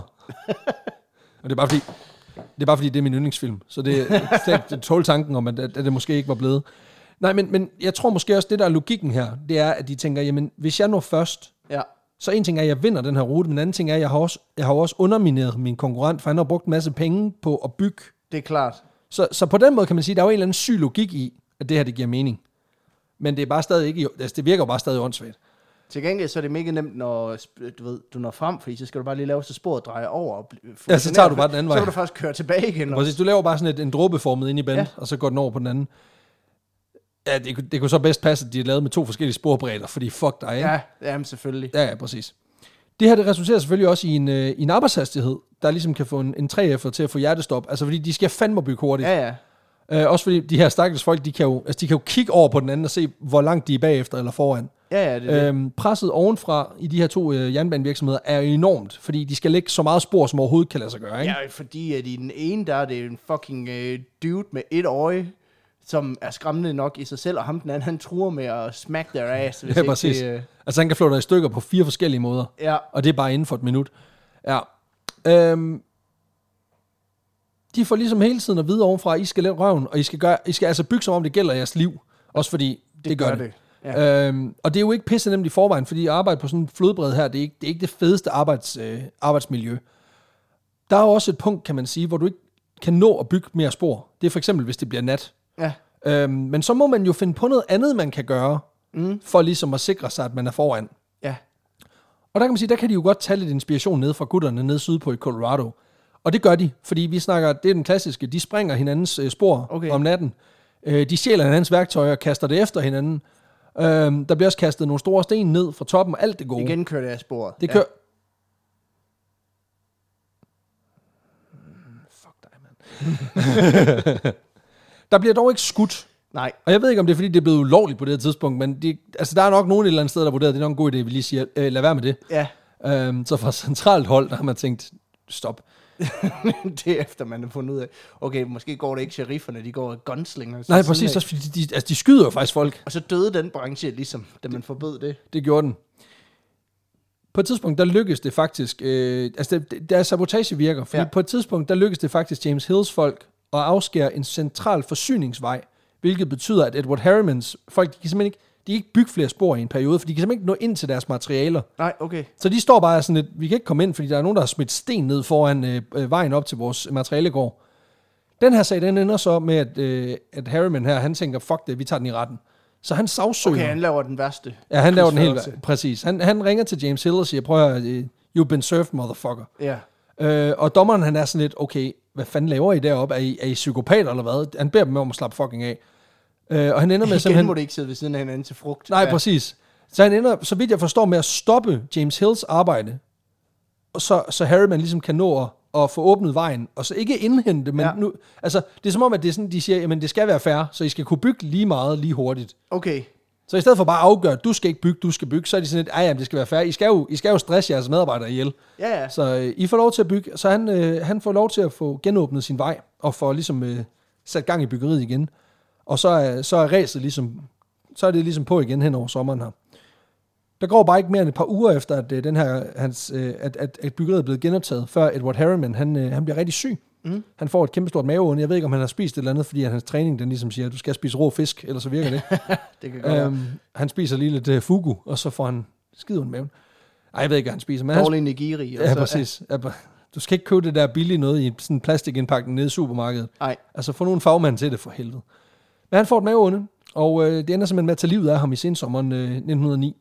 Og det er bare fordi, det er bare fordi, det er min yndlingsfilm. Så det er tål tanken om, at, at det måske ikke var blevet. Nej, men, men jeg tror måske også, det der er logikken her, det er, at de tænker, jamen, hvis jeg når først, Ja. så en ting er, at jeg vinder den her rute, men en anden ting er, at jeg har også, jeg har også undermineret min konkurrent, for han har brugt en masse penge på at bygge. Det er klart. Så, så på den måde kan man sige, at der er jo en eller anden syg logik i, at det her, det giver mening. Men det er bare stadig ikke, altså det virker jo bare stadig åndssvagt. Til gengæld så er det mega nemt, når du, ved, du når frem, fordi så skal du bare lige lave så sporet dreje over. Og ja, så tager du bare den anden vej. Så kan du først køre tilbage igen. Præcis, du laver bare sådan et, en dråbeformet ind i band, ja. Og så går den over på den anden. Ja, det, det kunne så bedst passe, at de er lavet med to forskellige sporbredder, fordi fuck dig, ikke? Ja, jamen selvfølgelig. Ja, ja, præcis. Det her, det resulterer selvfølgelig også i en, øh, i en arbejdshastighed, der ligesom kan få en, en tre F'er til at få hjertestop. Altså, fordi de skal fandme bygge hurtigt. Ja, ja. Øh, også fordi de her stakkels folk, de kan, jo, altså, de kan jo kigge over på den anden og se, hvor langt de er bagefter eller foran. Ja, ja, det er øhm, presset ovenfra i de her to øh, jernbanevirksomheder er enormt, fordi de skal lægge så meget spor, som overhovedet kan lade sig gøre, ikke? Ja, fordi at i den ene, der er det en fucking øh, dude med et øje, som er skræmmende nok i sig selv, og ham den anden, han truer med at smack their ass. Hvis Ja, ikke præcis. det, øh... Altså, han kan flå dig i stykker på fire forskellige måder. Ja. Og det er bare inden for et minut. Ja. Øhm, de får ligesom hele tiden at vide ovenfra, at I skal lave røven, og I skal, gøre, I skal altså bygge, som om det gælder jeres liv. Også fordi det, det gør det. det. Ja. Øhm, og det er jo ikke pisse nemt i forvejen, fordi at arbejde på sådan en flodbred her, det er ikke det, er ikke det fedeste arbejds, øh, arbejdsmiljø. Der er jo også et punkt, kan man sige, hvor du ikke kan nå at bygge mere spor. Det er for eksempel, hvis det bliver nat. Ja. Øhm, men så må man jo finde på noget andet, man kan gøre, mm. for ligesom at sikre sig, at man er foran. Ja. Og der kan man sige, der kan de jo godt tage lidt inspiration ned fra gutterne nede sydpå i Colorado. Og det gør de, fordi vi snakker, det er den klassiske, de springer hinandens øh, spor okay. om natten. Øh, de stjæler hinandens værktøjer og kaster det efter hinanden. Øh, der bliver også kastet nogle store sten ned fra toppen, og alt det gode. Igen kører det af sporet. Det kører... Ja. Fuck dig, mand. Der bliver dog ikke skudt. Nej. Og jeg ved ikke, om det er, fordi det er blevet ulovligt på det her tidspunkt, men de, altså, der er nok nogen et eller andet sted, der vurderer, det er nok en god idé, vi lige siger, øh, lad være med det. Ja. Øhm, så fra centralt hold, der har man tænkt, stop. Det er efter, man har fundet ud af, okay, måske går det ikke sherifferne, de går gunslingers. Nej, præcis, også fordi de, de, altså, de skyder jo faktisk folk. Og så døde den branche, ligesom, da man forbød det. Det gjorde den. På et tidspunkt, der lykkedes det faktisk, øh, altså det, der sabotage virker, fordi ja. På et tidspunkt, der lykkedes det faktisk James Hills folk at afskære en central forsyningsvej, hvilket betyder, at Edward Harrimans folk, de kan simpelthen ikke, de kan ikke bygge flere spor i en periode, for de kan simpelthen ikke nå ind til deres materialer. Nej, okay. Så de står bare sådan lidt, vi kan ikke komme ind, fordi der er nogen, der har smidt sten ned foran øh, vejen op til vores materialegård. Den her sag, den ender så med, at, øh, at Harriman her, han tænker, fuck det, vi tager den i retten. Så han sagsøger. Okay, han laver den værste. Ja, han laver den helt, præcis. Han, han ringer til James Hill og siger, prøv at uh, you've been served, motherfucker. Ja. Øh, og dommeren, han er sådan lidt, okay, hvad fanden laver I deroppe? Er I, er I psykopater eller hvad? Han beder dem om at slappe fucking af. Øh, og han ender med Igen simpelthen... må det ikke sidde ved siden af hinanden til frugt. Nej, ja. præcis. Så han ender, så vidt jeg forstår, med at stoppe James Hills arbejde, og så, så Harriman ligesom kan nå at, at få åbnet vejen, og så ikke indhente, men ja. nu... Altså, det er som om, at det er sådan, de siger, jamen det skal være fair, så I skal kunne bygge lige meget, lige hurtigt. Okay. Så i stedet for bare at afgøre, at du skal ikke bygge, du skal bygge, så er de sådan lidt, ja, det skal være færdigt. I skal jo, I skal jo stresse jeres medarbejdere ihjel. Ja, ja. Så øh, I får lov til at bygge. Så han, øh, han får lov til at få genåbnet sin vej, og får ligesom øh, sat gang i byggeriet igen. Og så er, så er ræset ligesom, så er det ligesom på igen hen over sommeren her. Der går bare ikke mere end et par uger efter, at, øh, den her, hans, øh, at, at, at byggeriet er blevet genoptaget, før Edward Harriman, han, øh, han bliver rigtig syg. Mm. Han får et kæmpestort maveonde. Jeg ved ikke, om han har spist et eller andet, fordi hans træning, den ligesom siger, at du skal spise rå fisk, eller så virker det. Det kan godt øhm, han spiser lige lidt uh, fugu, og så får han skid under maven. Ej, jeg ved ikke, hvad han spiser. Men dårlig nigiri. Ja, så, præcis. Ja. Du skal ikke købe det der billige noget i sådan en plastikindpakning nede i supermarkedet. Nej. Altså, få nogle fagmand til det for helvede. Men han får et maveonde, og øh, det ender simpelthen med at tage livet af ham i sensommeren øh, nitten hundrede og ni.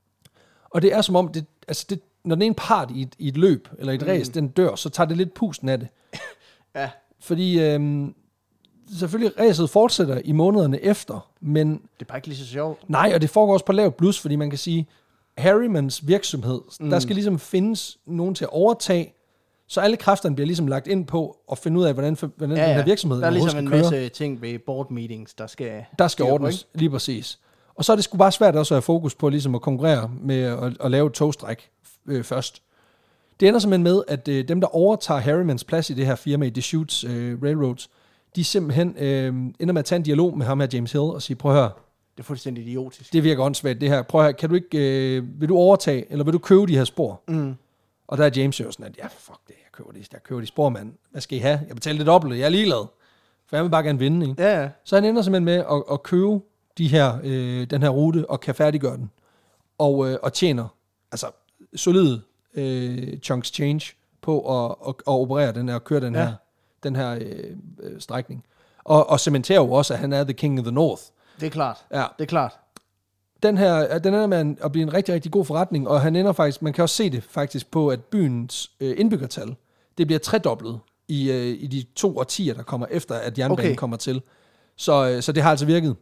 Og det er som om, det, altså det, når den ene part i et, i et løb, eller et race, mm. den dør, så tager det lidt pusten af det. Ja. Fordi øhm, selvfølgelig racet fortsætter i månederne efter, men... Det er bare ikke lige så sjovt. Nej, og det foregår også på lavt blus, fordi man kan sige, Harrimans virksomhed, mm. der skal ligesom findes nogen til at overtage, så alle kræfterne bliver ligesom lagt ind på at finde ud af, hvordan, hvordan ja, ja. den her virksomhed der er ligesom en køre. masse ting ved board meetings, der skal... Der skal ordnes, lige præcis. Og så er det sgu bare svært også at have fokus på ligesom at konkurrere med at, at lave et togstræk øh, først. Det ender simpelthen med, at øh, dem, der overtager Harrimans plads i det her firma i Deschutes øh, Railroads, de simpelthen øh, ender med at tage en dialog med ham her, James Hill, og sige, prøv at høre. Det er fuldstændig idiotisk. Det virker åndssvagt, det her. Prøv at høre, kan du ikke, øh, vil du overtage, eller vil du købe de her spor? Mm. Og der er James jo sådan, at ja, fuck det, jeg køber de, jeg køber de spor, mand. Hvad skal I have? Jeg betaler det dobbelt, jeg er ligeglad. For jeg vil bare gerne vinde, ikke? Ja, ja. Så han ender simpelthen med at, at købe de her, øh, den her rute, og kan færdiggøre den. Og, øh, og tjener, altså, solid øh, chunks change på at, at, at operere den her, og køre den ja. her, den her øh, strækning. Og, og cementerer jo også, at han er the king of the north. Det er klart. Ja. Det er klart. Den her, den ender med at blive en rigtig, rigtig god forretning, og han ender faktisk, man kan også se det faktisk på, at byens øh, indbyggertal, det bliver tredoblet i, øh, i de to årtier, der kommer efter, at jernbanen okay. kommer til. Så, øh, så det har altså virket.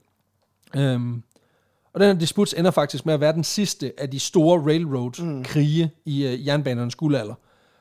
Øhm, og den her disput ender faktisk med at være den sidste af de store railroad-krige mm. i øh, jernbanernes guldalder.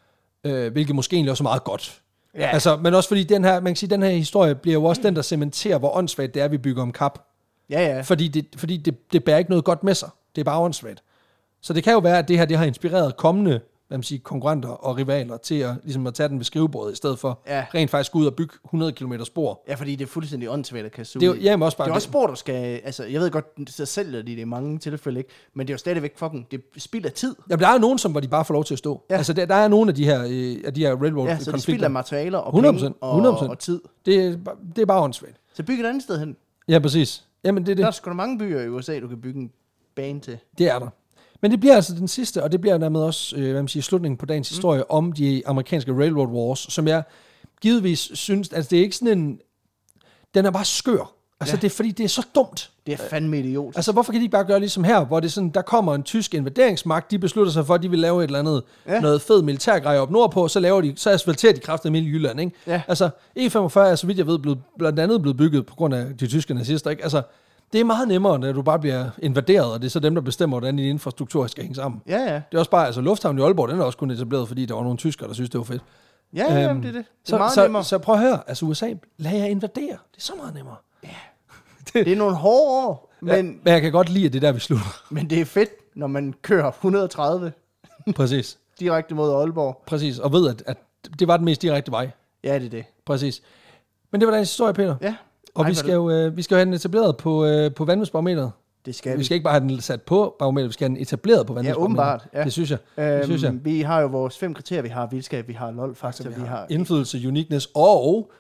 Øh, hvilket måske egentlig også er meget godt. Yeah. Altså, men også fordi den her, man kan sige, den her historie bliver jo også den, der cementerer, hvor åndssvagt det er, vi bygger om kap. Ja, ja. Fordi, det, fordi det, det bærer ikke noget godt med sig. Det er bare åndssvagt. Så det kan jo være, at det her det har inspireret kommende hvad man siger, konkurrenter og rivaler til at, ligesom at tage den ved skrivebordet, i stedet for ja. rent faktisk gå ud og bygge hundrede kilometer spor. Ja, fordi det er fuldstændig åndssvagt at kaste ud. Det er jo jamen, også bare det er også spor, der skal... Altså, jeg ved godt, så sælger de det i mange tilfælde, ikke? Men det er jo stadigvæk fucking... Det spilder tid. Ja, der er jo nogen, som hvor de bare får lov til at stå. Ja. Altså, der, der er nogle af de her, øh, af de her railroad-konflikter. Ja, så det spilder materialer og hundrede procent, penge og, hundrede procent. og tid. Det, det er bare åndssvagt. Så bygge et andet sted hen. Ja, præcis. Jamen, det er det. Der er sgu da mange byer i U S A, du kan bygge en bane til. Det er der. Men det bliver altså den sidste, og det bliver dermed også, øh, hvad man siger, slutningen på dagens mm. historie om de amerikanske railroad wars, som jeg givetvis synes, altså det er ikke sådan en, den er bare skør. Altså ja. Det er fordi, det er så dumt. Det er fandme idiotisk. Altså hvorfor kan de ikke bare gøre ligesom her, hvor det sådan, der kommer en tysk invaderingsmagt, de beslutter sig for, at de vil lave et eller andet, ja. noget fed militærgrej op nordpå, så laver de, så asfalterer de kraftigt midt i Jylland, ikke? Ja. Altså E femogfyrre er, så vidt jeg ved, blevet, blandt andet blevet bygget på grund af de tyske nazister, ikke? Altså det er meget nemmere, når du bare bliver invaderet, og det er så dem, der bestemmer, hvordan din infrastruktur skal hænge sammen. Ja, ja. Det er også bare, altså lufthavnen i Aalborg, den er også kun etableret, fordi der var nogle tyskere, der synes det var fedt. Ja, ja, øhm, det er det. Det er så, meget så, nemmere. Så, så prøv at høre, altså U S A, lad jer invadere. Det er så meget nemmere. Ja. det, det er nogle hårde år, men... Ja, men jeg kan godt lide, at det er der, vi slutter. Men det er fedt, når man kører et hundrede og tredive. Præcis. Direkte mod Aalborg. Præcis, og ved, at, at det var den mest direkte vej. Ja, det er det. Præcis. Men det var dagens historie, Peter. Ja. Og Ej, vi skal, jo, øh, vi skal jo have den etableret på, øh, på vandløbsbarometeret. Det skal vi. vi. skal ikke bare have den sat på barometeret, vi skal have den etableret på vandløbsbarometeret. Ja, åbenbart. Ja. Det synes jeg. Øhm, det synes jeg. Vi har jo vores fem kriterier. Vi har vildskab, vi har lol, fakta, vi, vi har... indflydelse, uniqueness og...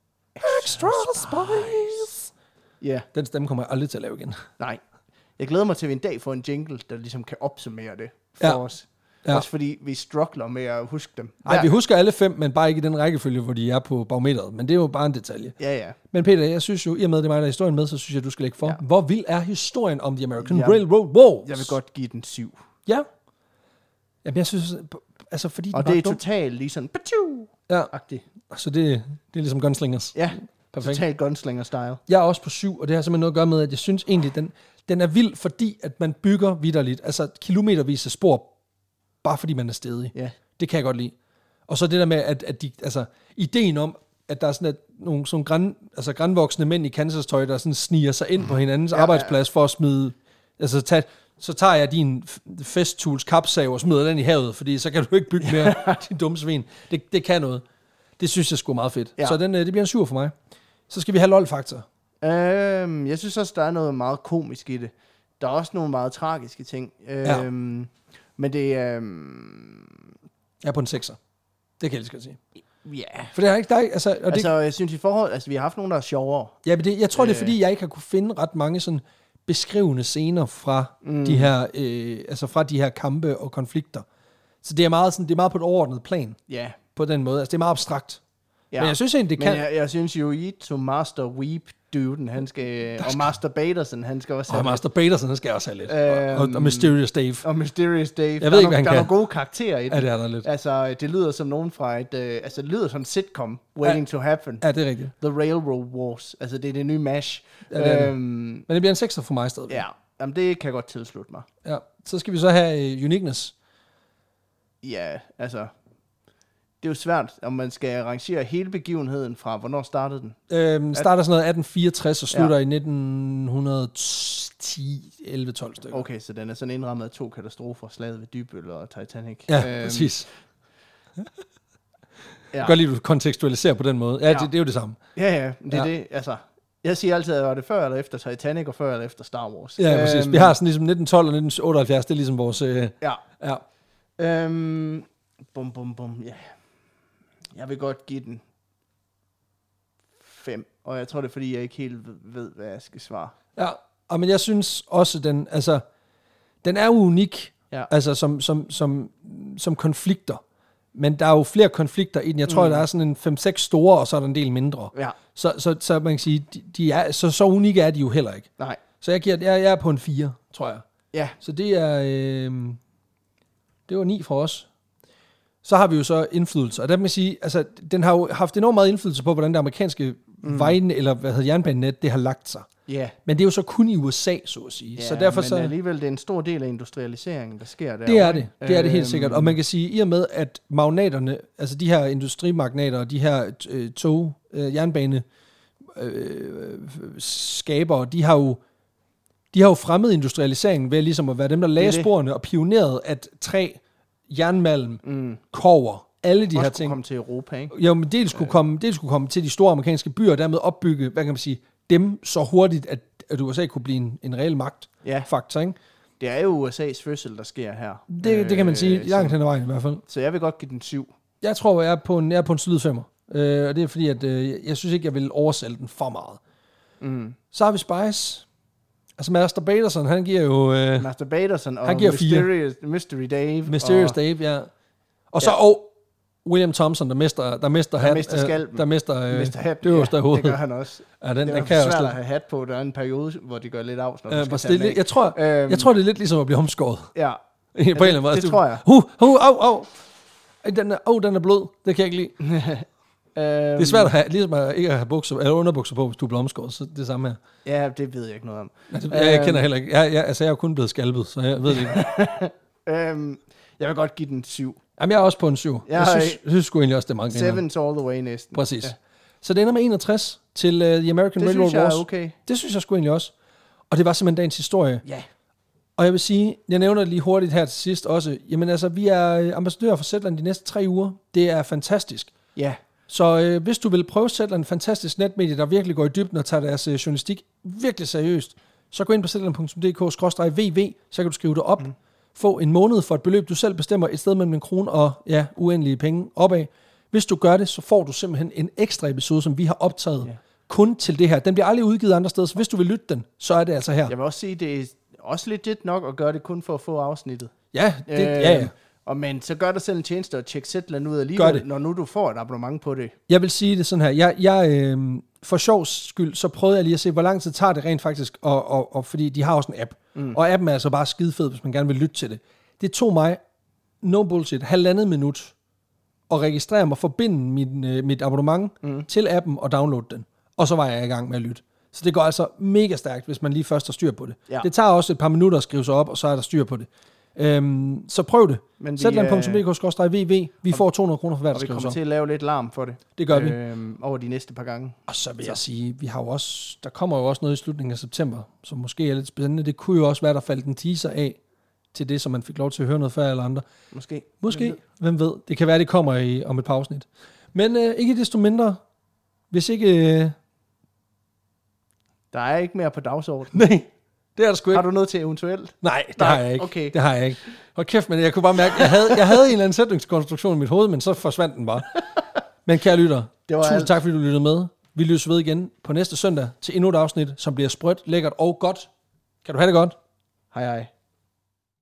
Extra spice! Ja. Yeah. Den stemme kommer jeg aldrig til at lave igen. Nej. Jeg glæder mig til, at vi en dag får en jingle, der ligesom kan opsummere det for ja. os. Ja. Også fordi vi struggler med at huske dem. Nej, vi husker alle fem, men bare ikke i den rækkefølge, hvor de er på barometeret. Men det er jo bare en detalje. Ja, ja. Men Peter, jeg synes jo, i og med det er mig, der er historien med, så synes jeg, du skal lægge for. Ja. Hvor vild er historien om The American jeg, Railroad Wars? Jeg vil godt give den syv. Ja. Jamen, jeg synes, altså fordi... Og det er totalt lige sådan... Ja. Så det, det er ligesom Gunslingers. Ja, totalt Gunslinger-style. Jeg er også på syv, og det har simpelthen noget at gøre med, at jeg synes egentlig, den, den er vild, fordi at man bygger vitterligt, altså kilometervis af spor, bare fordi man er stedig. Ja. Det kan jeg godt lide. Og så det der med, at, at de, altså, ideen om, at der er sådan at nogle sådan græn, altså grænvoksne mænd i Kansas-tøj, der sådan sniger sig ind på hinandens ja, arbejdsplads for at smide Altså, tag, så tager jeg din Festool kapsav og smider den i havet, fordi så kan du ikke bygge mere, din dumme svin. Det, det kan noget. Det synes jeg sgu er meget fedt. Ja. Så den, det bliver en syver for mig. Så skal vi have lol-faktor. Øhm, jeg synes også, der er noget meget komisk i det. Der er også nogle meget tragiske ting. Øhm, ja. Men det er... Øhm... Jeg er på en sekser. Det kan jeg lige skal sige. Ja. For det er ikke... Der er ikke altså, og altså, det, jeg synes i forhold... Altså, vi har haft nogle, der er sjovere. Ja, men det, jeg tror, øh. det er, fordi jeg ikke har kunne finde ret mange sådan beskrivende scener fra, mm. de her, øh, altså fra de her kampe og konflikter. Så det er meget, sådan, det er meget på et overordnet plan. Ja. På den måde. Altså, det er meget abstrakt. Ja. Men jeg synes egentlig, det Men kan... jeg, jeg synes jo, I to Master Weep Duden, han skal... Og Master Baterson, han skal også have Og Master Baterson, han skal også have lidt. Øhm, og, og Mysterious Dave. Og Mysterious Dave. Jeg ved ikke, hvad han der kan. Der er nogle gode karakterer i det. Ja, det er der lidt. Altså, det lyder som nogen fra et... Øh, altså, det lyder som en sitcom. Waiting ja. to Happen. Ja, det er rigtigt. The Railroad Wars. Altså, det er det nye MASH. Ja, det er øhm, Men det bliver en sekser for mig stadig. Ja, jamen, det kan jeg godt tilslutte mig. Ja, så skal vi så have uh, Uniqueness. Ja, altså... Det er jo svært, om man skal rangere hele begivenheden fra, hvornår startede den? Øhm, starter sådan noget atten fireogtres og slutter ja. i nitten ti, elleve, tolv stykker. Okay, så den er sådan indrammet af to katastrofer, slaget ved Dybbøl og Titanic. Ja, øhm, præcis. ja. Jeg kan godt lide, at du kontekstualiserer på den måde. Ja, ja. Det, det er jo det samme. Ja, ja, det er ja. det, altså... Jeg siger altid, at var det før eller efter Titanic, og før eller efter Star Wars. Ja, præcis. Øhm, vi har sådan ligesom nitten tolv og nitten otteoghalvfjerds, det er ligesom vores... Øh, ja. ja. Øhm, bum, bum, bum, ja. Jeg vil godt give den fem, og jeg tror det er, fordi jeg ikke helt ved, hvad jeg skal svare. Ja, og men jeg synes også, den, altså, den er jo unik, ja. altså som, som, som, som konflikter. Men der er jo flere konflikter i den. Jeg tror, mm. der er sådan en fem seks store, og så er der en del mindre. Ja. Så, så, så man kan sige, de, de er, så, så unikke er de jo heller ikke. Nej. Så jeg, giver, jeg, jeg er på en fire, tror jeg. Ja. Så det er, øh, det var ni fra os. Så har vi jo så indflydelse, og der kan man sige, altså, den har jo haft enormt meget indflydelse på, hvordan det amerikanske mm. vejen, eller hvad hedder jernbanenet, det har lagt sig. Yeah. Men det er jo så kun i U S A, så at sige. Ja, så derfor men så, alligevel, det er en stor del af industrialiseringen, der sker der. Det er det, det er det helt øhm. sikkert. Og man kan sige, i og med, at magnaterne, altså de her industrimagnater, og de her øh, tog, øh, jernbane, øh, skabere, de har jo de har jo fremmet industrialiseringen ved ligesom at være dem, der lagde sporene og pionerede, at træ, jernmalm, mm. kover, alle de også her ting. komme til Europa, ikke? Jo, men det skulle, komme, det skulle komme til de store amerikanske byer, og dermed opbygge, hvad kan man sige, dem så hurtigt, at, at U S A kunne blive en, en reel magt. Ja. Faktor, ikke? Det er jo U S A's fødsel, der sker her. Det, det kan man sige, øh, langt hen ad vejen i hvert fald. Så jeg vil godt give den syv. Jeg tror, jeg er på en, jeg er på en solid femmer. Øh, og det er fordi, at øh, jeg synes ikke, jeg vil oversælge den for meget. Mm. Så har vi Spice. Altså Master Baterson, han giver jo... Øh, Master Baterson og han giver Mysterious, Mystery Dave. Mysterious og, Dave, ja. Og så... Ja. Og William Thompson, der mister, der mister hat. Der mister skalpen. Øh, der mister, øh, mister hat, det, ja, det gør han også. Ja, den, det den er kan svært også at have hat på. Der er en periode, hvor de gør lidt af, når øh, du skal det, jeg, tror, øhm, jeg tror, det er lidt ligesom at blive omskåret. Ja. på en eller anden måde. Det, det tror jeg. Hu, hu, au, au. Den er, oh, den er blød. Det kan jeg ikke lide. Det er svært at have, ligesom at ikke at have bukser, eller underbukser på, hvis du bliver omskåret. Så det samme her. Ja, det ved jeg ikke noget om. Altså, jeg, jeg kender heller ikke. Jeg, jeg, altså, jeg er jo kun blevet skalpet, så jeg ved det ikke. øhm, jeg vil godt give den syv. Jamen, jeg er også på en syv. Jeg, jeg synes, jeg synes sgu egentlig også, det er mange griner. Sevens all the way næsten. Præcis. Ja. Så det ender med enogtres til uh, The American det Railroad Wars. Det synes jeg er okay. Det synes jeg sgu egentlig også. Og det var simpelthen dagens historie. Ja. Og jeg vil sige, jeg nævner det lige hurtigt her til sidst også. Jamen altså, vi er ambassadører for Zetland de næste tre uger. Det er fantastisk. Ja. Så øh, hvis du vil prøve Zetland, en fantastisk netmedie, der virkelig går i dybden og tager deres øh, journalistik virkelig seriøst, så gå ind på zetland punktum d k skråstreg v v, så kan du skrive det op. Mm. Få en måned for et beløb, du selv bestemmer, et sted mellem en krone og ja, uendelige penge opad. Hvis du gør det, så får du simpelthen en ekstra episode, som vi har optaget yeah. kun til det her. Den bliver aldrig udgivet andre steder, så hvis du vil lytte den, så er det altså her. Jeg vil også sige, det er også legit nok at gøre det kun for at få afsnittet. Ja, det, øh, ja, ja. Og men så gør dig selv en tjeneste og tjek Zetland ud alligevel, når nu du får et abonnement på det. Jeg vil sige det sådan her. Jeg, jeg, øh, for sjovs skyld, så prøvede jeg lige at se, hvor lang tid tager det rent faktisk, og, og, og fordi de har også en app. Mm. Og appen er altså bare skide fed, hvis man gerne vil lytte til det. Det tog mig, no bullshit, halvandet minut at registrere mig, forbinde min, øh, mit abonnement mm. til appen og downloade den. Og så var jeg i gang med at lytte. Så det går altså mega stærkt, hvis man lige først har styr på det. Ja. Det tager også et par minutter at skrive sig op, og så er der styr på det. Øhm, så prøv det. Men Zetland punktum d k skråstreg v v. Vi får to hundrede kroner for hver, der Og vi skriver kommer så. til at lave lidt larm for det. Det gør vi. Øhm, over de næste par gange. Og så vil så. jeg sige, vi har jo også, der kommer jo også noget i slutningen af september, som måske er lidt spændende. Det kunne jo også være, der faldt en teaser af til det, som man fik lov til at høre noget før eller andre. Måske. Måske. Hvem ved? Hvem ved? Det kan være, det kommer i, om et par afsnit. Men øh, ikke desto mindre, hvis ikke... Øh, Der er ikke mere på dagsordenen. nej, det er der sgu ikke. Har du noget til eventuelt? Nej, det Nej, har jeg ikke. okay. Det har jeg ikke. Hold kæft, men jeg kunne bare mærke, jeg havde, jeg havde en eller anden sætningskonstruktion i mit hoved, men så forsvandt den bare. Men kære lytter, tusind alt. tak fordi du lyttede med. Vi lyttes ved igen på næste søndag til endnu et afsnit, som bliver sprødt, lækkert og godt. Kan du have det godt? Hej hej.